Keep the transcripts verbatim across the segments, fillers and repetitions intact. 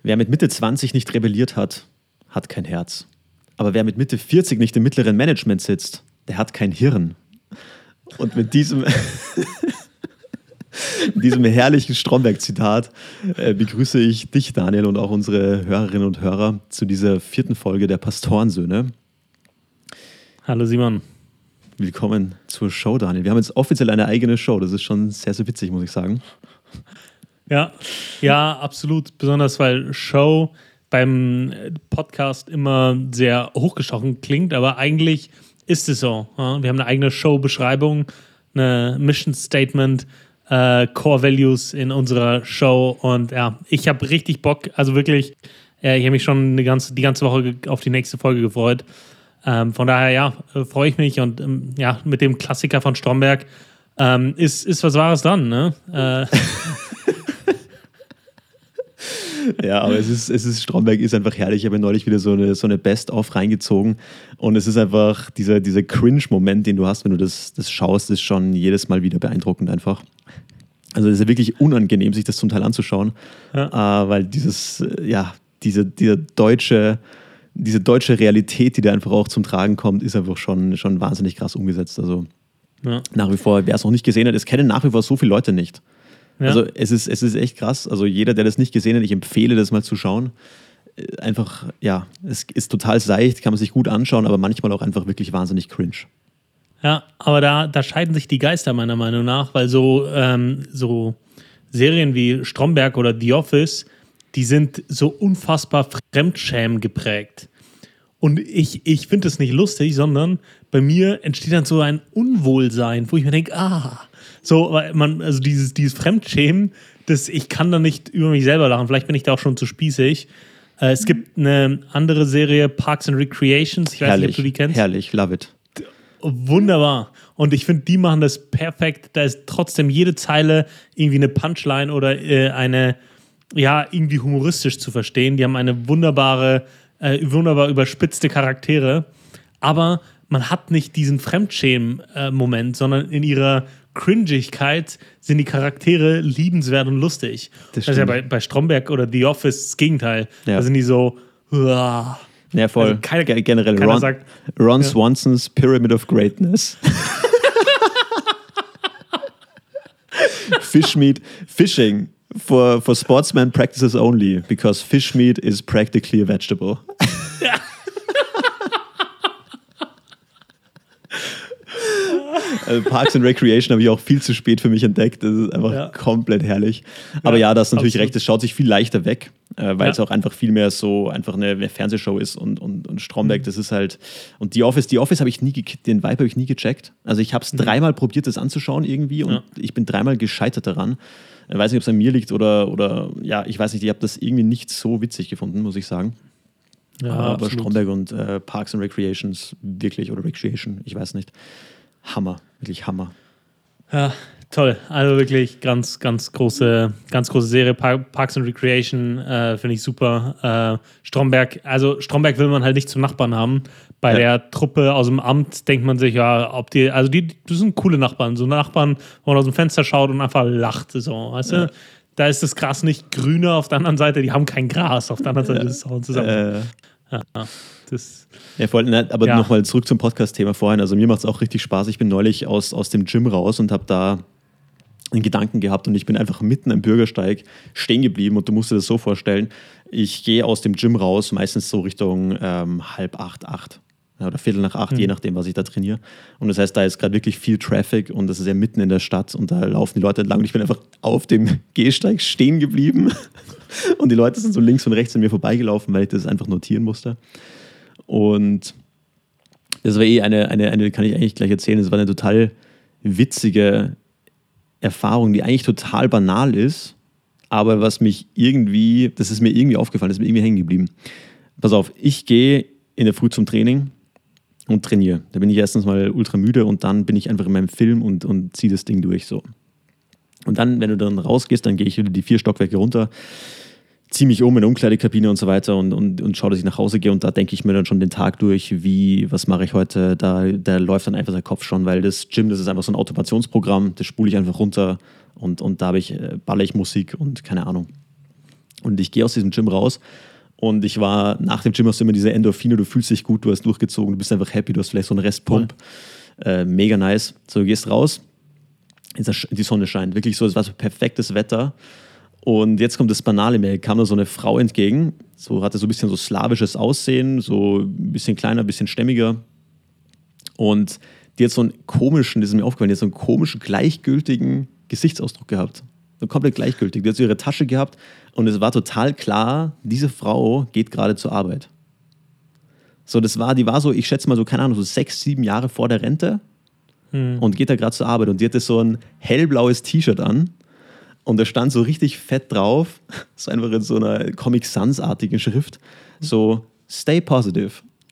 Wer mit Mitte zwanzig nicht rebelliert hat, hat kein Herz. Aber wer mit Mitte vierzig nicht im mittleren Management sitzt, der hat kein Hirn. Und mit diesem, diesem herrlichen Stromberg-Zitat äh, begrüße ich dich, Daniel, und auch unsere Hörerinnen und Hörer zu dieser vierten Folge der Pastorensöhne. Hallo Simon. Willkommen zur Show, Daniel. Wir haben jetzt offiziell eine eigene Show. Das ist schon sehr, sehr witzig, muss ich sagen. Ja, ja, absolut. Besonders weil Show beim Podcast immer sehr hochgestochen klingt, aber eigentlich ist es so. Ja? Wir haben eine eigene Show-Beschreibung, eine Mission Statement, äh, Core Values in unserer Show und ja, ich habe richtig Bock. Also wirklich, äh, ich habe mich schon eine ganze, die ganze Woche auf die nächste Folge gefreut. Ähm, von daher, ja, äh, freue ich mich und ähm, ja, mit dem Klassiker von Stromberg ähm, ist, ist was Wahres dran, ne? Äh, Ja, aber es ist, es ist, Stromberg ist einfach herrlich. Ich habe mir neulich wieder so eine, so eine Best-of reingezogen und es ist einfach dieser, dieser Cringe-Moment, den du hast, wenn du das, das schaust, ist schon jedes Mal wieder beeindruckend einfach. Also es ist ja wirklich unangenehm, sich das zum Teil anzuschauen, ja. äh, weil dieses, ja, diese, diese deutsche, diese deutsche Realität, die da einfach auch zum Tragen kommt, ist einfach schon, schon wahnsinnig krass umgesetzt. Also ja. Nach wie vor, wer es noch nicht gesehen hat, es kennen nach wie vor so viele Leute nicht. Ja. Also es ist, es ist echt krass. Also jeder, der das nicht gesehen hat, ich empfehle das mal zu schauen. Einfach, ja, es ist total seicht, kann man sich gut anschauen, aber manchmal auch einfach wirklich wahnsinnig cringe. Ja, aber da, da scheiden sich die Geister meiner Meinung nach, weil so, ähm, so Serien wie Stromberg oder The Office, die sind so unfassbar Fremdschämen geprägt. Und ich, ich finde das nicht lustig, sondern bei mir entsteht dann so ein Unwohlsein, wo ich mir denke, ah, so, weil man, also dieses, dieses Fremdschämen, das, ich kann da nicht über mich selber lachen, vielleicht bin ich da auch schon zu spießig. Äh, es gibt eine andere Serie, Parks and Recreations, ich weiß herrlich, nicht, ob du die kennst. Herrlich, love it. Wunderbar. Und ich finde, die machen das perfekt. Da ist trotzdem jede Zeile irgendwie eine Punchline oder äh, eine, ja, irgendwie humoristisch zu verstehen. Die haben eine wunderbare, äh, wunderbar überspitzte Charaktere. Aber man hat nicht diesen Fremdschämen-Moment, sondern in ihrer Cringigkeit sind die Charaktere liebenswert und lustig. Das, das ist ja bei, bei Stromberg oder The Office das Gegenteil. Ja. Da sind die so, uah. Ja, voll. Also keiner, generell keiner Ron, sagt, Ron ja. Swansons Pyramid of Greatness. Fish meat, fishing for, for sportsmen practices only, because fish meat is practically a vegetable. Ja. Also Parks and Recreation habe ich auch viel zu spät für mich entdeckt. Das ist einfach ja. komplett herrlich. Aber ja, ja das ist natürlich absolut recht. Es schaut sich viel leichter weg, äh, weil ja. es auch einfach viel mehr so einfach eine, eine Fernsehshow ist und, und, und Stromberg, mhm. das ist halt. Und The Office, The Office habe ich nie, den Vibe habe ich nie gecheckt. Also ich habe es mhm. dreimal probiert, das anzuschauen irgendwie und ja. ich bin dreimal gescheitert daran. Ich weiß nicht, ob es an mir liegt oder, oder ja, ich weiß nicht, ich habe das irgendwie nicht so witzig gefunden, muss ich sagen. Ja, aber absolut. Stromberg und äh, Parks and Recreations wirklich, oder Recreation, ich weiß nicht. Hammer, wirklich Hammer. Ja, toll. Also wirklich ganz, ganz große, ganz große Serie. Parks and Recreation äh, finde ich super. Äh, Stromberg, also Stromberg will man halt nicht zum Nachbarn haben. Bei ja. der Truppe aus dem Amt denkt man sich, ja, ob die, also die, das sind coole Nachbarn. So Nachbarn, wo man aus dem Fenster schaut und einfach lacht. So, weißt ja. du? Da ist das Gras nicht grüner auf der anderen Seite, die haben kein Gras. Auf der anderen Seite ja. ist es auch zusammen. Äh. Ja, das ja, voll nett, aber ja. nochmal zurück zum Podcast-Thema vorhin. Also mir macht es auch richtig Spaß. Ich bin neulich aus, aus dem Gym raus und habe da einen Gedanken gehabt und ich bin einfach mitten am Bürgersteig stehen geblieben und du musst dir das so vorstellen, ich gehe aus dem Gym raus, meistens so Richtung ähm, halb acht, acht oder viertel nach acht, mhm. je nachdem, was ich da trainiere. Und das heißt, da ist gerade wirklich viel Traffic und das ist ja mitten in der Stadt und da laufen die Leute entlang und ich bin einfach auf dem Gehsteig stehen geblieben und die Leute sind so links und rechts an mir vorbeigelaufen, weil ich das einfach notieren musste. Und das war eh eine, eine, eine, kann ich eigentlich gleich erzählen, das war eine total witzige Erfahrung, die eigentlich total banal ist, aber was mich irgendwie, das ist mir irgendwie aufgefallen, das ist mir irgendwie hängen geblieben. Pass auf, ich gehe in der Früh zum Training und trainiere. Da bin ich erstens mal ultra müde und dann bin ich einfach in meinem Film und, und ziehe das Ding durch. So. Und dann, wenn du dann rausgehst, dann gehe ich wieder die vier Stockwerke runter, ziehe mich um in der Umkleidekabine und so weiter und, und, und schaue, dass ich nach Hause gehe und da denke ich mir dann schon den Tag durch, wie, was mache ich heute, da, da läuft dann einfach der Kopf schon, weil das Gym, das ist einfach so ein Automationsprogramm, das spule ich einfach runter und, und da habe ich, baller ich Musik und keine Ahnung. Und ich gehe aus diesem Gym raus und ich war, nach dem Gym hast du immer diese Endorphine, du fühlst dich gut, du hast durchgezogen, du bist einfach happy, du hast vielleicht so einen Restpump. Cool. Äh, mega nice. So, du gehst raus, die Sonne scheint, wirklich so, es war so perfektes Wetter. Und jetzt kommt das Banale mehr, kam da so eine Frau entgegen, so hatte so ein bisschen so slawisches Aussehen, so ein bisschen kleiner, ein bisschen stämmiger. Und die hat so einen komischen, das ist mir aufgefallen, die hat so einen komischen, gleichgültigen Gesichtsausdruck gehabt. So komplett gleichgültig. Die hat so ihre Tasche gehabt und es war total klar, diese Frau geht gerade zur Arbeit. So, das war, die war so, ich schätze mal so, keine Ahnung, so sechs, sieben Jahre vor der Rente hm. und geht da gerade zur Arbeit. Und die hatte so ein hellblaues T-Shirt an und da stand so richtig fett drauf, so einfach in so einer Comic Sans-artigen Schrift, so, stay positive.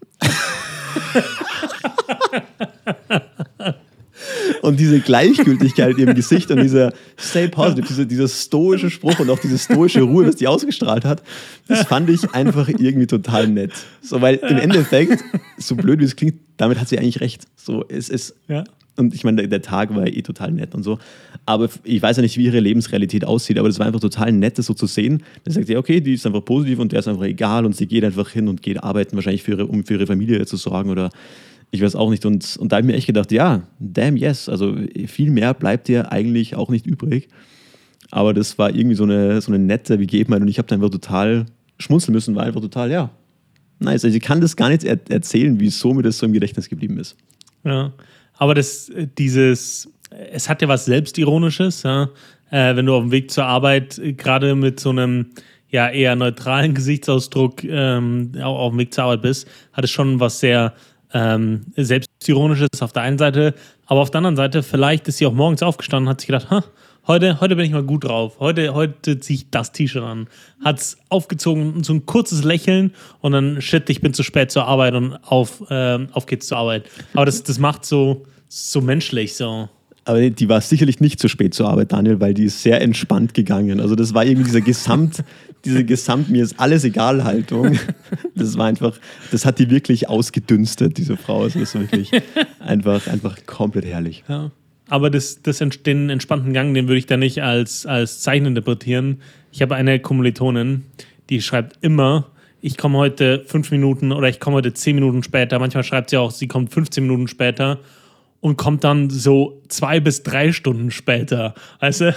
Und diese Gleichgültigkeit in ihrem Gesicht und dieser Stay Positive, dieser, dieser stoische Spruch und auch diese stoische Ruhe, was die ausgestrahlt hat, das fand ich einfach irgendwie total nett. So, weil im Endeffekt, so blöd wie es klingt, damit hat sie eigentlich recht. So, es ist, ja. Und ich meine, der, der Tag war eh total nett und so. Aber ich weiß ja nicht, wie ihre Lebensrealität aussieht, aber das war einfach total nett, das so zu sehen. Dann sagt sie, okay, die ist einfach positiv und der ist einfach egal und sie geht einfach hin und geht arbeiten, wahrscheinlich für ihre, um für ihre Familie zu sorgen oder ich weiß auch nicht. Und, und da habe ich mir echt gedacht, ja, damn yes. Also viel mehr bleibt dir eigentlich auch nicht übrig. Aber das war irgendwie so eine, so eine nette Begebenheit und ich habe da einfach total schmunzeln müssen, war einfach total, ja, nice. Also ich kann das gar nicht er- erzählen, wieso mir das so im Gedächtnis geblieben ist. Ja, aber das, dieses, es hat ja was Selbstironisches, ja? äh, wenn du auf dem Weg zur Arbeit äh, gerade mit so einem ja, eher neutralen Gesichtsausdruck ähm, auf dem Weg zur Arbeit bist, hat es schon was sehr Ähm, selbstironisches auf der einen Seite, aber auf der anderen Seite, vielleicht ist sie auch morgens aufgestanden und hat sich gedacht, ha, heute, heute bin ich mal gut drauf, heute, heute ziehe ich das T-Shirt an. Hat es aufgezogen, so ein kurzes Lächeln und dann, shit, ich bin zu spät zur Arbeit und auf, ähm, auf geht's zur Arbeit. Aber das, das macht so, so menschlich so. Aber die war sicherlich nicht zu spät zur Arbeit, Daniel, weil die ist sehr entspannt gegangen. Also das war irgendwie dieser Gesamt, diese Gesamt, mir ist alles egal Haltung. Das war einfach, das hat die wirklich ausgedünstet, diese Frau. Also das ist wirklich einfach, einfach komplett herrlich. Ja. Aber das, das, den entspannten Gang, den würde ich da nicht als, als Zeichen interpretieren. Ich habe eine Kommilitonin, die schreibt immer, ich komme heute fünf Minuten oder ich komme heute zehn Minuten später. Manchmal schreibt sie auch, sie kommt fünfzehn Minuten später. Und kommt dann so zwei bis drei Stunden später. Weißt du,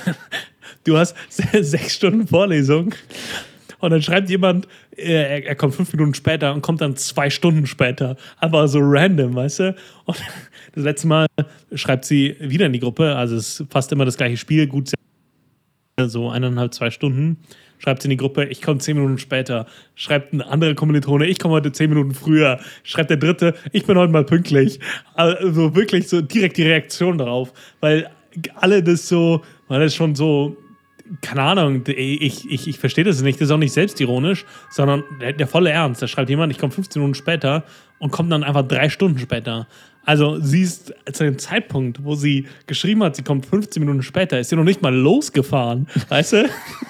du hast sechs Stunden Vorlesung und dann schreibt jemand, er, er kommt fünf Minuten später und kommt dann zwei Stunden später. Aber so random, weißt du? Und das letzte Mal schreibt sie wieder in die Gruppe, also es ist fast immer das gleiche Spiel, gut, so eineinhalb, zwei Stunden. Schreibt sie in die Gruppe, ich komme zehn Minuten später. Schreibt ein anderer Kommilitone, ich komme heute zehn Minuten früher. Schreibt der dritte, ich bin heute mal pünktlich. Also wirklich so direkt die Reaktion darauf. Weil alle das so, weil das schon so, keine Ahnung, ich, ich, ich verstehe das nicht, das ist auch nicht selbstironisch, sondern der, der volle Ernst. Da schreibt jemand, ich komme fünfzehn Minuten später und kommt dann einfach drei Stunden später. Also sie ist zu dem Zeitpunkt, wo sie geschrieben hat, sie kommt fünfzehn Minuten später, ist sie noch nicht mal losgefahren, weißt du?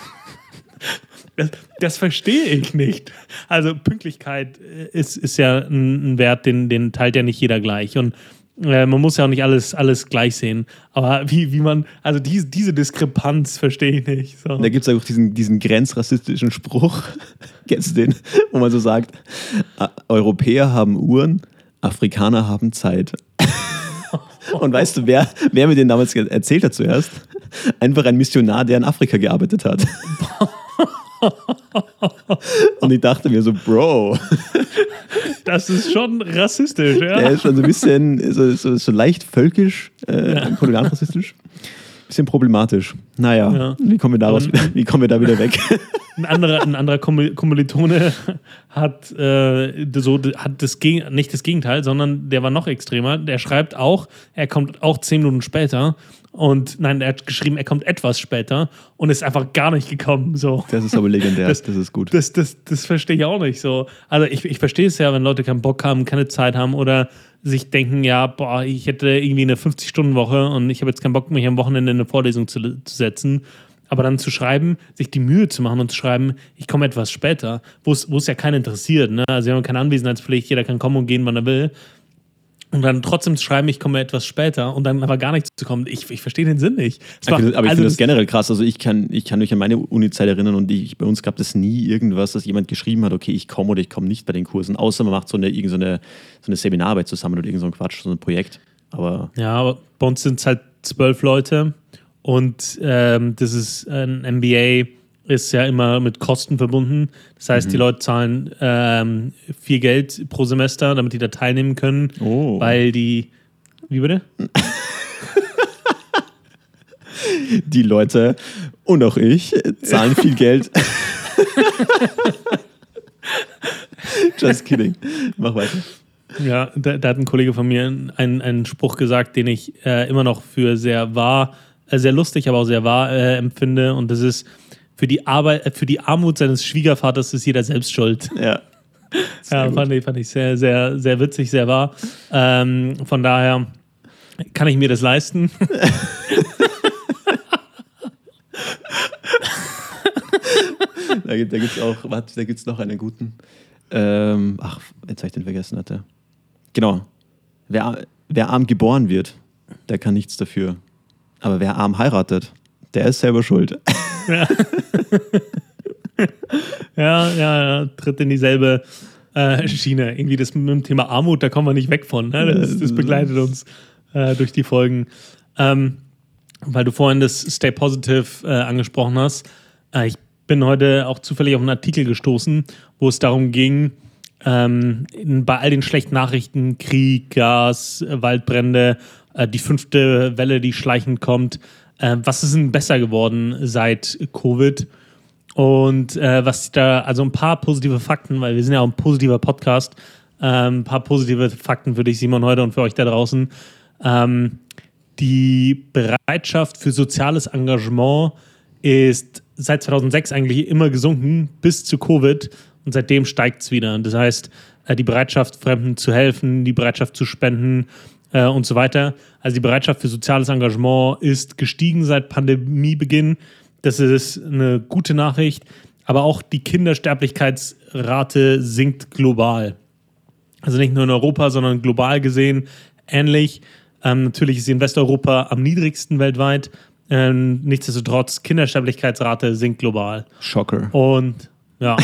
Das, das verstehe ich nicht. Also Pünktlichkeit ist, ist ja ein, ein Wert, den, den teilt ja nicht jeder gleich. Und äh, man muss ja auch nicht alles, alles gleich sehen. Aber wie, wie man, also die, diese Diskrepanz verstehe ich nicht. So. Da gibt es auch diesen, diesen grenzrassistischen Spruch, kennst du den, wo man so sagt, Europäer haben Uhren, Afrikaner haben Zeit. Und weißt du, wer, wer mir den damals erzählt hat zuerst? Einfach ein Missionar, der in Afrika gearbeitet hat. Und ich dachte mir so, Bro. Das ist schon rassistisch, ja. Der ist schon so ein bisschen, so, so, so leicht völkisch, äh, ja. kolonialrassistisch. Bisschen problematisch. Naja, ja. wie, kommen wir daraus, wie kommen wir da wieder weg? Ein anderer, ein anderer Kommilitone hat, äh, so, hat das, nicht das Gegenteil, sondern der war noch extremer. Der schreibt auch, er kommt auch zehn Minuten später. Und nein, er hat geschrieben, er kommt etwas später und ist einfach gar nicht gekommen. So. Das ist aber legendär, das, das ist gut. Das, das, das verstehe ich auch nicht so. Also ich, ich verstehe es ja, wenn Leute keinen Bock haben, keine Zeit haben oder sich denken, ja, boah, ich hätte irgendwie eine fünfzig-Stunden-Woche und ich habe jetzt keinen Bock, mich am Wochenende in eine Vorlesung zu, zu setzen. Aber dann zu schreiben, sich die Mühe zu machen und zu schreiben, ich komme etwas später, wo es ja keinen interessiert. Ne? Also wir haben keine Anwesenheitspflicht, jeder kann kommen und gehen, wann er will. und dann trotzdem zu schreiben, ich komme etwas später und dann aber gar nicht zu kommen. Ich, ich verstehe den Sinn nicht. Es war, aber ich also finde das generell krass. Also ich kann, ich kann mich an meine Uni-Zeit erinnern und ich, bei uns gab es nie irgendwas, dass jemand geschrieben hat, okay, ich komme oder ich komme nicht bei den Kursen, außer man macht so eine, irgend so eine, so eine Seminararbeit zusammen oder irgend so ein Quatsch, so ein Projekt. Aber ja, aber bei uns sind es halt zwölf Leute und ähm, das ist ein M B A, ist ja immer mit Kosten verbunden. Das heißt, mhm. die Leute zahlen ähm, viel Geld pro Semester, damit die da teilnehmen können, oh. weil die... Wie bitte? Die Leute und auch ich zahlen viel Geld. Just kidding. Mach weiter. Ja, da, da hat ein Kollege von mir einen, einen Spruch gesagt, den ich äh, immer noch für sehr wahr, äh, sehr lustig, aber auch sehr wahr äh, empfinde. Und das ist, für die Arbeit, äh, für die Armut seines Schwiegervaters ist jeder selbst schuld. Ja. Ja, fand ich, fand ich sehr, sehr, sehr witzig, sehr wahr. Ähm, von daher kann ich mir das leisten. da gibt es auch, warte, da gibt es noch einen guten. Ähm, ach, jetzt habe ich den vergessen hatte. Genau. Wer, wer arm geboren wird, der kann nichts dafür. Aber wer arm heiratet, der ist selber schuld. Ja. ja, ja, ja, tritt in dieselbe äh, Schiene. Irgendwie das mit dem Thema Armut, da kommen wir nicht weg von. Ne? Das, das begleitet uns äh, durch die Folgen. Ähm, weil du vorhin das Stay Positive äh, angesprochen hast. Äh, ich bin heute auch zufällig auf einen Artikel gestoßen, wo es darum ging, ähm, in, bei all den schlechten Nachrichten, Krieg, Gas, äh, Waldbrände, äh, die fünfte Welle, die schleichend kommt, äh, was ist denn besser geworden seit Covid? Und äh, was da, also ein paar positive Fakten, weil wir sind ja auch ein positiver Podcast, ähm, ein paar positive Fakten für dich, Simon, heute und für euch da draußen. Ähm, die Bereitschaft für soziales Engagement ist seit zweitausendsechs eigentlich immer gesunken, bis zu Covid, und seitdem steigt es wieder. Das heißt, äh, die Bereitschaft, Fremden zu helfen, die Bereitschaft zu spenden äh, und so weiter. Also die Bereitschaft für soziales Engagement ist gestiegen seit Pandemiebeginn. Das ist eine gute Nachricht, aber auch die Kindersterblichkeitsrate sinkt global. Also nicht nur in Europa, sondern global gesehen ähnlich. Ähm, natürlich ist sie in Westeuropa am niedrigsten weltweit. Ähm, nichtsdestotrotz, Kindersterblichkeitsrate sinkt global. Schocker. Und ja.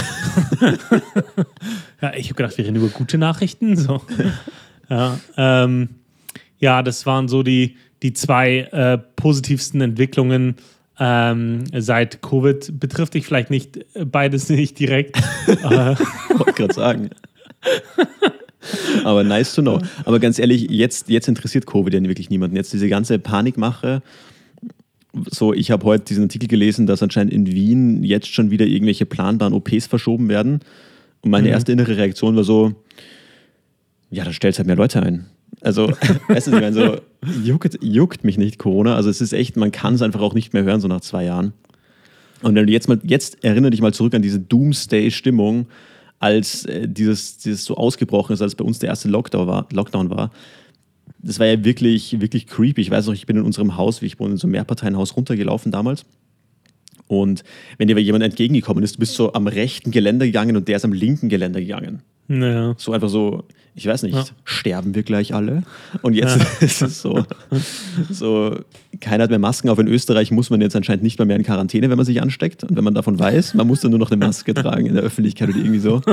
ja, ich habe gedacht, wir reden über gute Nachrichten. So. Ja, ähm, ja, das waren so die, die zwei äh, positivsten Entwicklungen Ähm, seit Covid. Betrifft dich vielleicht nicht beides nicht direkt. Ich wollte gerade sagen. Aber nice to know. Aber ganz ehrlich, jetzt, jetzt interessiert Covid ja wirklich niemanden. Jetzt diese ganze Panikmache. So, ich habe heute diesen Artikel gelesen, dass anscheinend in Wien jetzt schon wieder irgendwelche planbaren O Ps verschoben werden. Und meine mhm. erste innere Reaktion war so, ja, da stellt halt mehr Leute ein. Also, weißt du, ich meine, so, juckt, juckt mich nicht Corona. Also es ist echt, man kann es einfach auch nicht mehr hören, so nach zwei Jahren. Und wenn du jetzt mal, jetzt erinnere dich mal zurück an diese Doomsday-Stimmung, als äh, dieses, dieses so ausgebrochen ist, als bei uns der erste Lockdown war, Lockdown war. Das war ja wirklich, wirklich creepy. Ich weiß noch, ich bin in unserem Haus, wie ich wohne, in so einem Mehrparteienhaus runtergelaufen damals. Und wenn dir jemand entgegengekommen ist, du bist so am rechten Geländer gegangen und der ist am linken Geländer gegangen. Naja. So einfach so, ich weiß nicht, ja. sterben wir gleich alle? Und jetzt ja. ist es so, so, keiner hat mehr Masken. Auf in Österreich muss man jetzt anscheinend nicht mal mehr in Quarantäne, wenn man sich ansteckt. Und wenn man davon weiß, man muss dann nur noch eine Maske tragen in der Öffentlichkeit oder irgendwie so.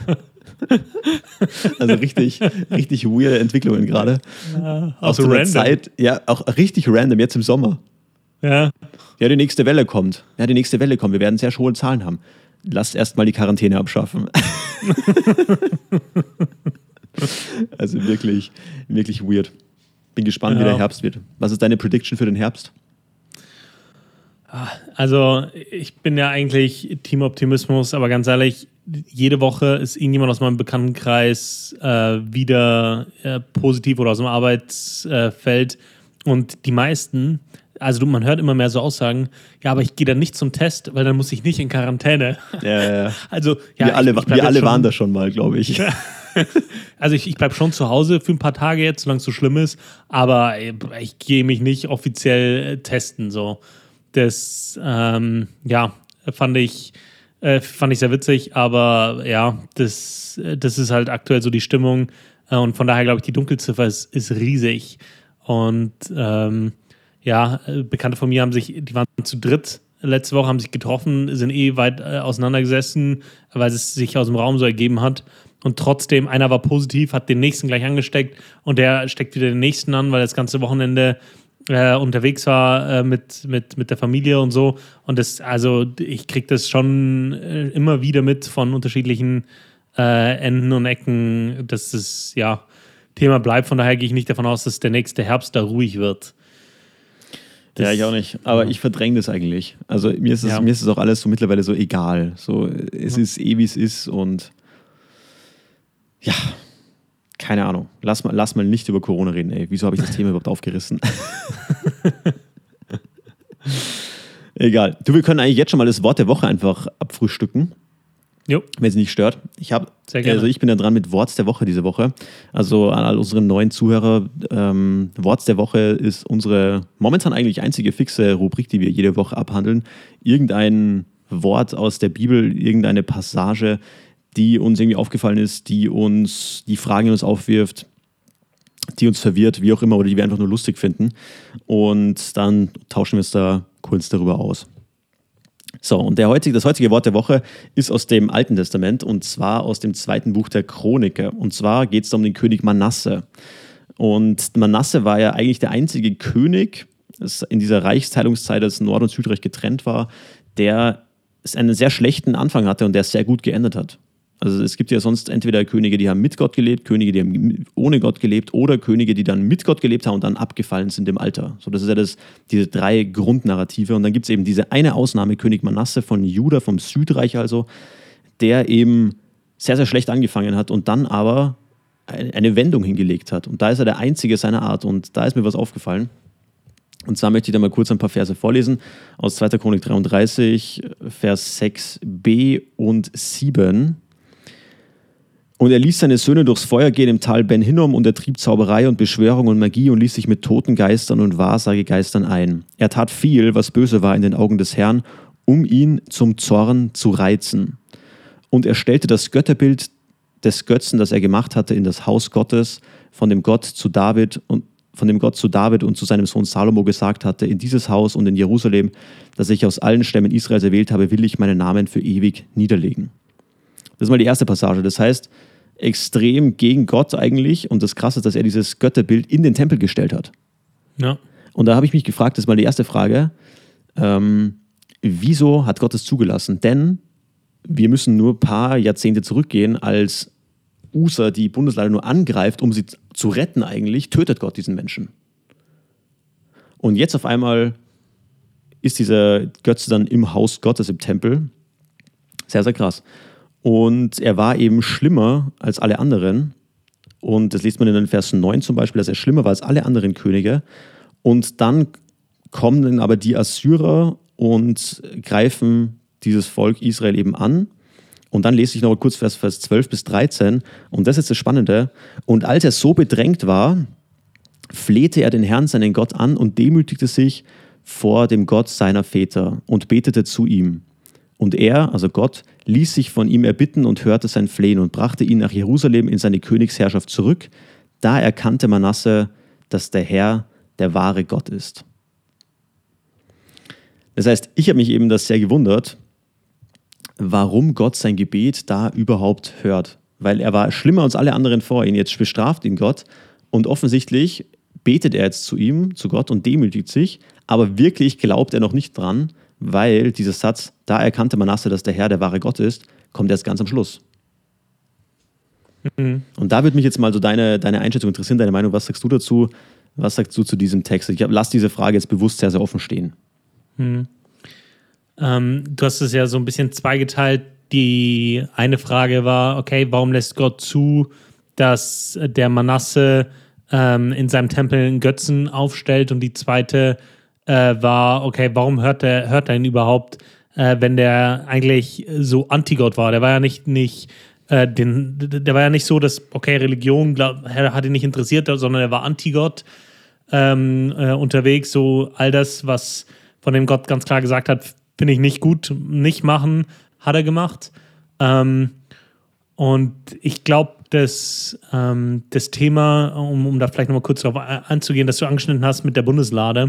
Also richtig, richtig weirde Entwicklungen gerade. Ja, auch so random. Zeit, ja, auch richtig random, jetzt im Sommer. Ja. Ja, die nächste Welle kommt. Ja, die nächste Welle kommt. Wir werden sehr hohe Zahlen haben. Lasst erstmal die Quarantäne abschaffen. Also wirklich, wirklich weird. Bin gespannt, ja. wie der Herbst wird. Was ist deine Prediction für den Herbst? Also, ich bin ja eigentlich Team Optimismus, aber ganz ehrlich, jede Woche ist irgendjemand aus meinem Bekanntenkreis äh, wieder äh, positiv oder aus dem Arbeitsfeld. Und die meisten, also man hört immer mehr so Aussagen, ja, aber ich gehe dann nicht zum Test, weil dann muss ich nicht in Quarantäne. Ja, ja, ja. Also, ja, wir alle, ich, ich wir alle schon, waren da schon mal, glaube ich. Also ich, ich bleibe schon zu Hause für ein paar Tage jetzt, solange es so schlimm ist, aber ich gehe mich nicht offiziell testen. So. Das, ähm, ja, fand ich, äh, fand ich sehr witzig, aber ja, das, das ist halt aktuell so die Stimmung. Äh, und von daher glaube ich, die Dunkelziffer ist, ist riesig. Und ähm, ja, Bekannte von mir haben sich, die waren zu dritt letzte Woche, haben sich getroffen, sind eh weit äh, auseinandergesessen, weil es sich aus dem Raum so ergeben hat. Und trotzdem, einer war positiv, hat den nächsten gleich angesteckt und der steckt wieder den nächsten an, weil das ganze Wochenende äh, unterwegs war äh, mit, mit, mit der Familie und so. Und das, also ich kriege das schon äh, immer wieder mit von unterschiedlichen äh, Enden und Ecken, dass das ja Thema bleibt. Von daher gehe ich nicht davon aus, dass der nächste Herbst da ruhig wird. Das, ja, ich auch nicht. Aber ja. ich verdränge das eigentlich. Also mir ist es, ja. mir ist es auch alles so mittlerweile so egal. So, es ja. ist eh, wie es ist und ja, keine Ahnung. Lass mal, lass mal nicht über Corona reden, ey. Wieso habe ich das Thema überhaupt aufgerissen? Egal. Du, wir können eigentlich jetzt schon mal das Wort der Woche einfach abfrühstücken. Jo. Wenn es nicht stört. Ich habe, also ich bin da dran mit Worts der Woche diese Woche. Also an all unsere neuen Zuhörer, ähm, Worts der Woche ist unsere momentan eigentlich einzige fixe Rubrik, die wir jede Woche abhandeln. Irgendein Wort aus der Bibel, irgendeine Passage, die uns irgendwie aufgefallen ist, die uns, die Fragen in uns aufwirft, die uns verwirrt, wie auch immer, oder die wir einfach nur lustig finden. Und dann tauschen wir uns da kurz darüber aus. So, und der heutige, das heutige Wort der Woche ist aus dem Alten Testament und zwar aus dem zweiten Buch der Chroniker. Und zwar geht es da um den König Manasse. Und Manasse war ja eigentlich der einzige König in dieser Reichsteilungszeit, als Nord- und Südreich getrennt war, der einen sehr schlechten Anfang hatte und der es sehr gut geendet hat. Also es gibt ja sonst entweder Könige, die haben mit Gott gelebt, Könige, die haben ohne Gott gelebt oder Könige, die dann mit Gott gelebt haben und dann abgefallen sind im Alter. So, das ist ja das, diese drei Grundnarrative. Und dann gibt es eben diese eine Ausnahme, König Manasse von Juda, vom Südreich also, der eben sehr, sehr schlecht angefangen hat und dann aber eine Wendung hingelegt hat. Und da ist er der Einzige seiner Art. Und da ist mir was aufgefallen. Und zwar möchte ich da mal kurz ein paar Verse vorlesen aus zweiter Chronik dreiunddreißig, Vers sechs b und sieben. Und er ließ seine Söhne durchs Feuer gehen im Tal Ben Hinnom und er trieb Zauberei und Beschwörung und Magie und ließ sich mit toten Geistern und Wahrsagegeistern ein. Er tat viel, was böse war in den Augen des Herrn, um ihn zum Zorn zu reizen. Und er stellte das Götterbild des Götzen, das er gemacht hatte, in das Haus Gottes, von dem Gott zu David und von dem Gott zu David und zu seinem Sohn Salomo gesagt hatte, in dieses Haus und in Jerusalem, das ich aus allen Stämmen Israels erwählt habe, will ich meinen Namen für ewig niederlegen. Das ist mal die erste Passage. Das heißt, extrem gegen Gott eigentlich. Und das Krasse ist, dass er dieses Götterbild in den Tempel gestellt hat. Ja. Und da habe ich mich gefragt, das ist mal die erste Frage, ähm, wieso hat Gott das zugelassen? Denn wir müssen nur ein paar Jahrzehnte zurückgehen, als U S A die Bundesländer nur angreift, um sie zu retten eigentlich, tötet Gott diesen Menschen. Und jetzt auf einmal ist dieser Götze dann im Haus Gottes, im Tempel. Sehr, sehr krass. Und er war eben schlimmer als alle anderen. Und das liest man in den Vers neun zum Beispiel, dass er schlimmer war als alle anderen Könige. Und dann kommen dann aber die Assyrer und greifen dieses Volk Israel eben an. Und dann lese ich noch kurz Vers, Vers zwölf bis dreizehn. Und das ist das Spannende. Und als er so bedrängt war, flehte er den Herrn, seinen Gott, an und demütigte sich vor dem Gott seiner Väter und betete zu ihm. Und er, also Gott, ließ sich von ihm erbitten und hörte sein Flehen und brachte ihn nach Jerusalem in seine Königsherrschaft zurück. Da erkannte Manasse, dass der Herr der wahre Gott ist. Das heißt, ich habe mich eben das sehr gewundert, warum Gott sein Gebet da überhaupt hört. Weil er war schlimmer als alle anderen vor ihm. Jetzt bestraft ihn Gott und offensichtlich betet er jetzt zu ihm, zu Gott und demütigt sich, aber wirklich glaubt er noch nicht dran, weil dieser Satz, da erkannte Manasse, dass der Herr der wahre Gott ist, kommt erst ganz am Schluss. Mhm. Und da würde mich jetzt mal so deine, deine Einschätzung interessieren, deine Meinung, was sagst du dazu? Was sagst du zu diesem Text? Ich lasse diese Frage jetzt bewusst sehr, sehr offen stehen. Mhm. Ähm, du hast es ja so ein bisschen zweigeteilt. Die eine Frage war, okay, warum lässt Gott zu, dass der Manasse ähm, in seinem Tempel einen Götzen aufstellt? Und die zweite äh, war, okay, warum hört er, hört er ihn überhaupt, äh, wenn der eigentlich so Antigott war? Der war ja nicht, nicht äh, den, der war ja nicht so, dass, okay, Religion glaub, hat ihn nicht interessiert, sondern er war Antigott ähm, äh, unterwegs. So all das, was von dem Gott ganz klar gesagt hat, finde ich nicht gut, nicht machen, hat er gemacht. Ähm, und ich glaube, das, ähm, das Thema, um, um da vielleicht nochmal kurz darauf einzugehen, das du angeschnitten hast mit der Bundeslade.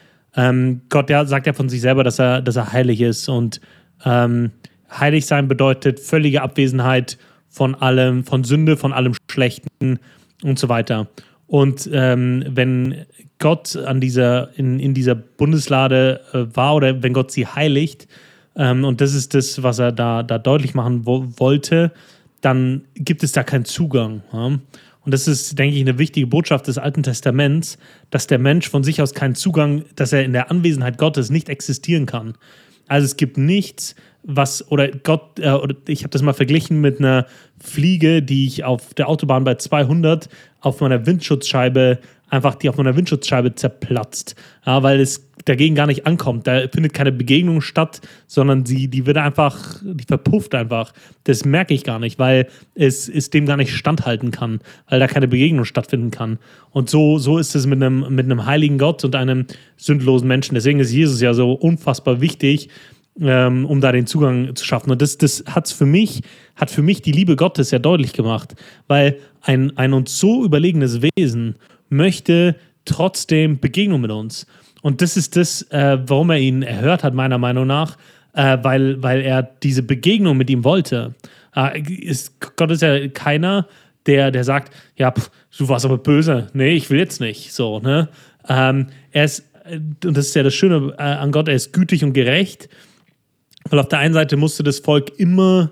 Ähm, Gott ja, sagt ja von sich selber, dass er, dass er heilig ist. Und ähm, heilig sein bedeutet völlige Abwesenheit von allem, von Sünde, von allem Schlechten und so weiter. Und ähm, wenn Gott an dieser, in, in dieser Bundeslade äh, war oder wenn Gott sie heiligt, ähm, und das ist das, was er da, da deutlich machen wo, wollte, dann gibt es da keinen Zugang. Ja? Und das ist, denke ich, eine wichtige Botschaft des Alten Testaments, dass der Mensch von sich aus keinen Zugang, dass er in der Anwesenheit Gottes nicht existieren kann. Also es gibt nichts, was, oder Gott, äh, oder ich habe das mal verglichen mit einer Fliege, die ich auf der Autobahn bei zweihundert auf meiner Windschutzscheibe, einfach die auf meiner Windschutzscheibe zerplatzt, ja, weil es dagegen gar nicht ankommt. Da findet keine Begegnung statt, sondern sie, die wird einfach, die verpufft einfach. Das merke ich gar nicht, weil es, es dem gar nicht standhalten kann, weil da keine Begegnung stattfinden kann. Und so, so ist es mit einem, mit einem heiligen Gott und einem sündlosen Menschen. Deswegen ist Jesus ja so unfassbar wichtig, ähm, um da den Zugang zu schaffen. Und das, das hat's für mich, hat für mich die Liebe Gottes ja deutlich gemacht, weil ein, ein uns so überlegenes Wesen möchte trotzdem Begegnung mit uns. Und das ist das, äh, warum er ihn erhört hat, meiner Meinung nach, äh, weil, weil er diese Begegnung mit ihm wollte. Äh, ist, Gott ist ja keiner, der, der sagt, ja, pff, du warst aber böse. Nee, ich will jetzt nicht. So, ne? Ähm, er ist, und das ist ja das Schöne äh, an Gott, er ist gütig und gerecht, weil auf der einen Seite musste das Volk immer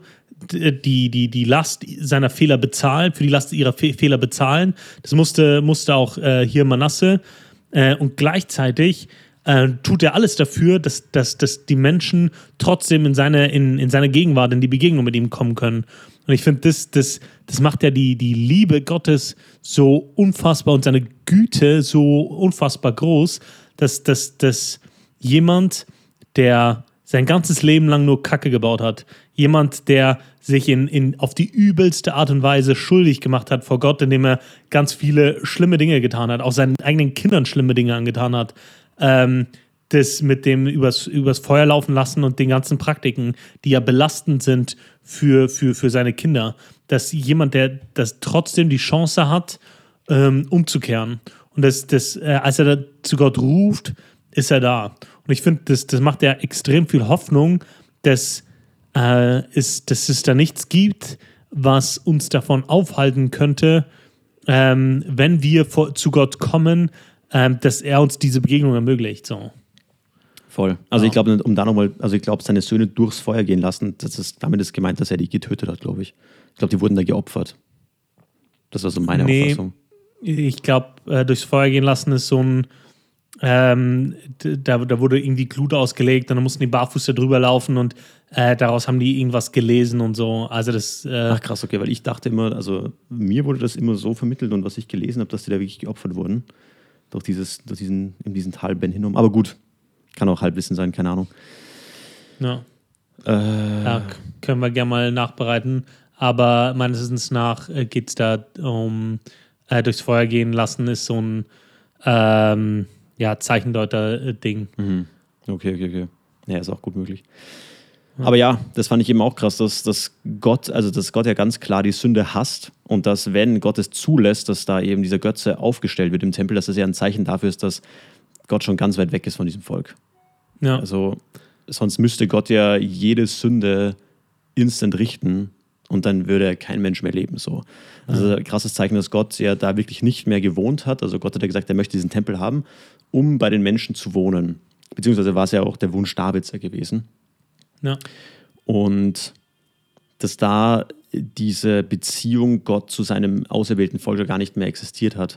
die, die, die Last seiner Fehler bezahlen, für die Last ihrer Fe- Fehler bezahlen. Das musste, musste auch äh, hier Manasse. Äh, und gleichzeitig äh, tut er alles dafür, dass, dass, dass die Menschen trotzdem in seine, in, in seine Gegenwart, in die Begegnung mit ihm kommen können. Und ich finde, das, das, das macht ja die, die Liebe Gottes so unfassbar und seine Güte so unfassbar groß, dass, dass, dass jemand, der sein ganzes Leben lang nur Kacke gebaut hat, jemand, der sich in, in, auf die übelste Art und Weise schuldig gemacht hat vor Gott, indem er ganz viele schlimme Dinge getan hat, auch seinen eigenen Kindern schlimme Dinge angetan hat, ähm, das mit dem übers, übers Feuer laufen lassen und den ganzen Praktiken, die ja belastend sind für, für, für seine Kinder, dass jemand, der das trotzdem die Chance hat, ähm, umzukehren. Und das, das, äh, als er da zu Gott ruft, ist er da. Und ich finde, das, das macht ja extrem viel Hoffnung, dass, äh, ist, dass es da nichts gibt, was uns davon aufhalten könnte, ähm, wenn wir vor, zu Gott kommen, ähm, dass er uns diese Begegnung ermöglicht. So. Voll. Also Ja. ich glaube, um da nochmal, also ich glaube, seine Söhne durchs Feuer gehen lassen, das ist, damit ist gemeint, dass er die getötet hat, glaube ich. Ich glaube, die wurden da geopfert. Das war so meine nee, Auffassung. Ich glaube, äh, durchs Feuer gehen lassen ist so ein Ähm, da, da wurde irgendwie Glut ausgelegt und dann mussten die barfuß da drüber laufen und äh, daraus haben die irgendwas gelesen und so. Also das. Äh Ach krass, okay, weil ich dachte immer, also mir wurde das immer so vermittelt und was ich gelesen habe, dass die da wirklich geopfert wurden. Durch, dieses, durch diesen, in diesen Tal Ben Hinnom. Aber gut, kann auch Halbwissen sein, keine Ahnung. Ja. Äh, ja können wir gerne mal nachbereiten. Aber meines Wissens nach äh, geht es da um äh, durchs Feuer gehen lassen, ist so ein ähm, ja, Zeichendeuter-Ding. Mhm. Okay, okay, okay. Ja, ist auch gut möglich. Ja. Aber ja, das fand ich eben auch krass, dass, dass Gott, also dass Gott ja ganz klar die Sünde hasst und dass, wenn Gott es zulässt, dass da eben dieser Götze aufgestellt wird im Tempel, dass das ja ein Zeichen dafür ist, dass Gott schon ganz weit weg ist von diesem Volk. Ja. Also sonst müsste Gott ja jede Sünde instant richten und dann würde kein Mensch mehr leben. So. Also ein krasses Zeichen, dass Gott ja da wirklich nicht mehr gewohnt hat. Also Gott hat ja gesagt, er möchte diesen Tempel haben, um bei den Menschen zu wohnen. Beziehungsweise war es ja auch der Wunsch Davids ja gewesen. Ja. Und dass da diese Beziehung Gott zu seinem auserwählten Volk gar nicht mehr existiert hat.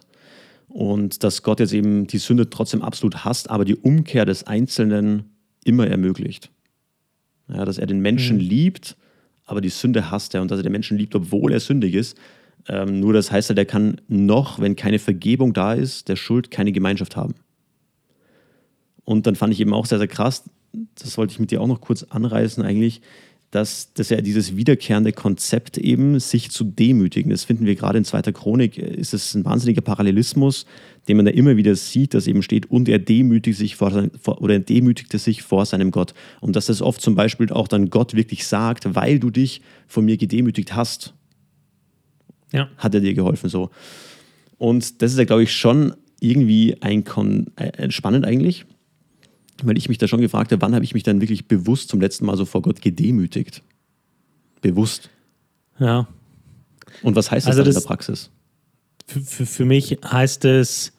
Und dass Gott jetzt eben die Sünde trotzdem absolut hasst, aber die Umkehr des Einzelnen immer ermöglicht. Ja, dass er den Menschen mhm. liebt, aber die Sünde hasst er und dass er den Menschen liebt, obwohl er sündig ist. Ähm, nur das heißt, er kann noch, wenn keine Vergebung da ist, der Schuld keine Gemeinschaft haben. Und dann fand ich eben auch sehr, sehr krass, das wollte ich mit dir auch noch kurz anreißen eigentlich, dass, dass ja dieses wiederkehrende Konzept eben, sich zu demütigen, das finden wir gerade in zweiter Chronik, ist es ein wahnsinniger Parallelismus, den man da immer wieder sieht, dass eben steht, und er demütigt sich vor, vor, oder er demütigte sich vor seinem Gott. Und dass das oft zum Beispiel auch dann Gott wirklich sagt, weil du dich von mir gedemütigt hast. ja. hat er dir geholfen so. Und das ist ja, glaube ich, schon irgendwie ein Kon- äh, spannend eigentlich, weil ich mich da schon gefragt habe, wann habe ich mich dann wirklich bewusst zum letzten Mal so vor Gott gedemütigt? Bewusst. Ja. Und was heißt das also dann das, in der Praxis? Für, für, für mich heißt es,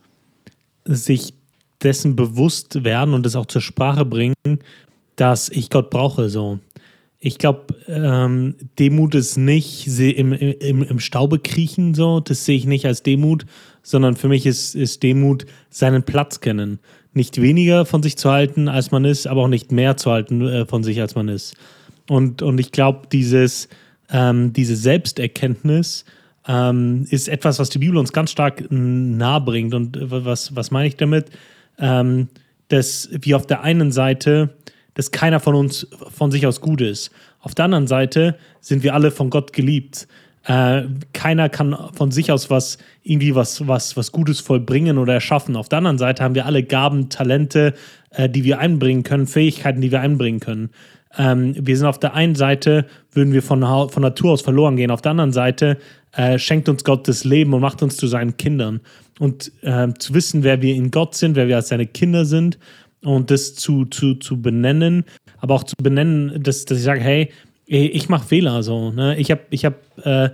sich dessen bewusst werden und es auch zur Sprache bringen, dass ich Gott brauche. So. Ich glaube, ähm, Demut ist nicht im, im, im Staube kriechen, so. Das sehe ich nicht als Demut, sondern für mich ist, ist Demut seinen Platz kennen. Nicht weniger von sich zu halten, als man ist, aber auch nicht mehr zu halten äh, von sich, als man ist. Und, und ich glaube, dieses, ähm, diese Selbsterkenntnis ähm, ist etwas, was die Bibel uns ganz stark nahe bringt. Und was, was meine ich damit? Ähm, dass wir auf der einen Seite, dass keiner von uns von sich aus gut ist. Auf der anderen Seite sind wir alle von Gott geliebt. Äh, keiner kann von sich aus was irgendwie was, was, was Gutes vollbringen oder erschaffen. Auf der anderen Seite haben wir alle Gaben, Talente, äh, die wir einbringen können, Fähigkeiten, die wir einbringen können. Ähm, wir sind auf der einen Seite, würden wir von, von Natur aus verloren gehen. Auf der anderen Seite äh, schenkt uns Gott das Leben und macht uns zu seinen Kindern. Und äh, zu wissen, wer wir in Gott sind, wer wir als seine Kinder sind und das zu, zu, zu benennen, aber auch zu benennen, dass, dass ich sage, hey, ich mache Fehler. So, ne? Ich habe ich hab, äh,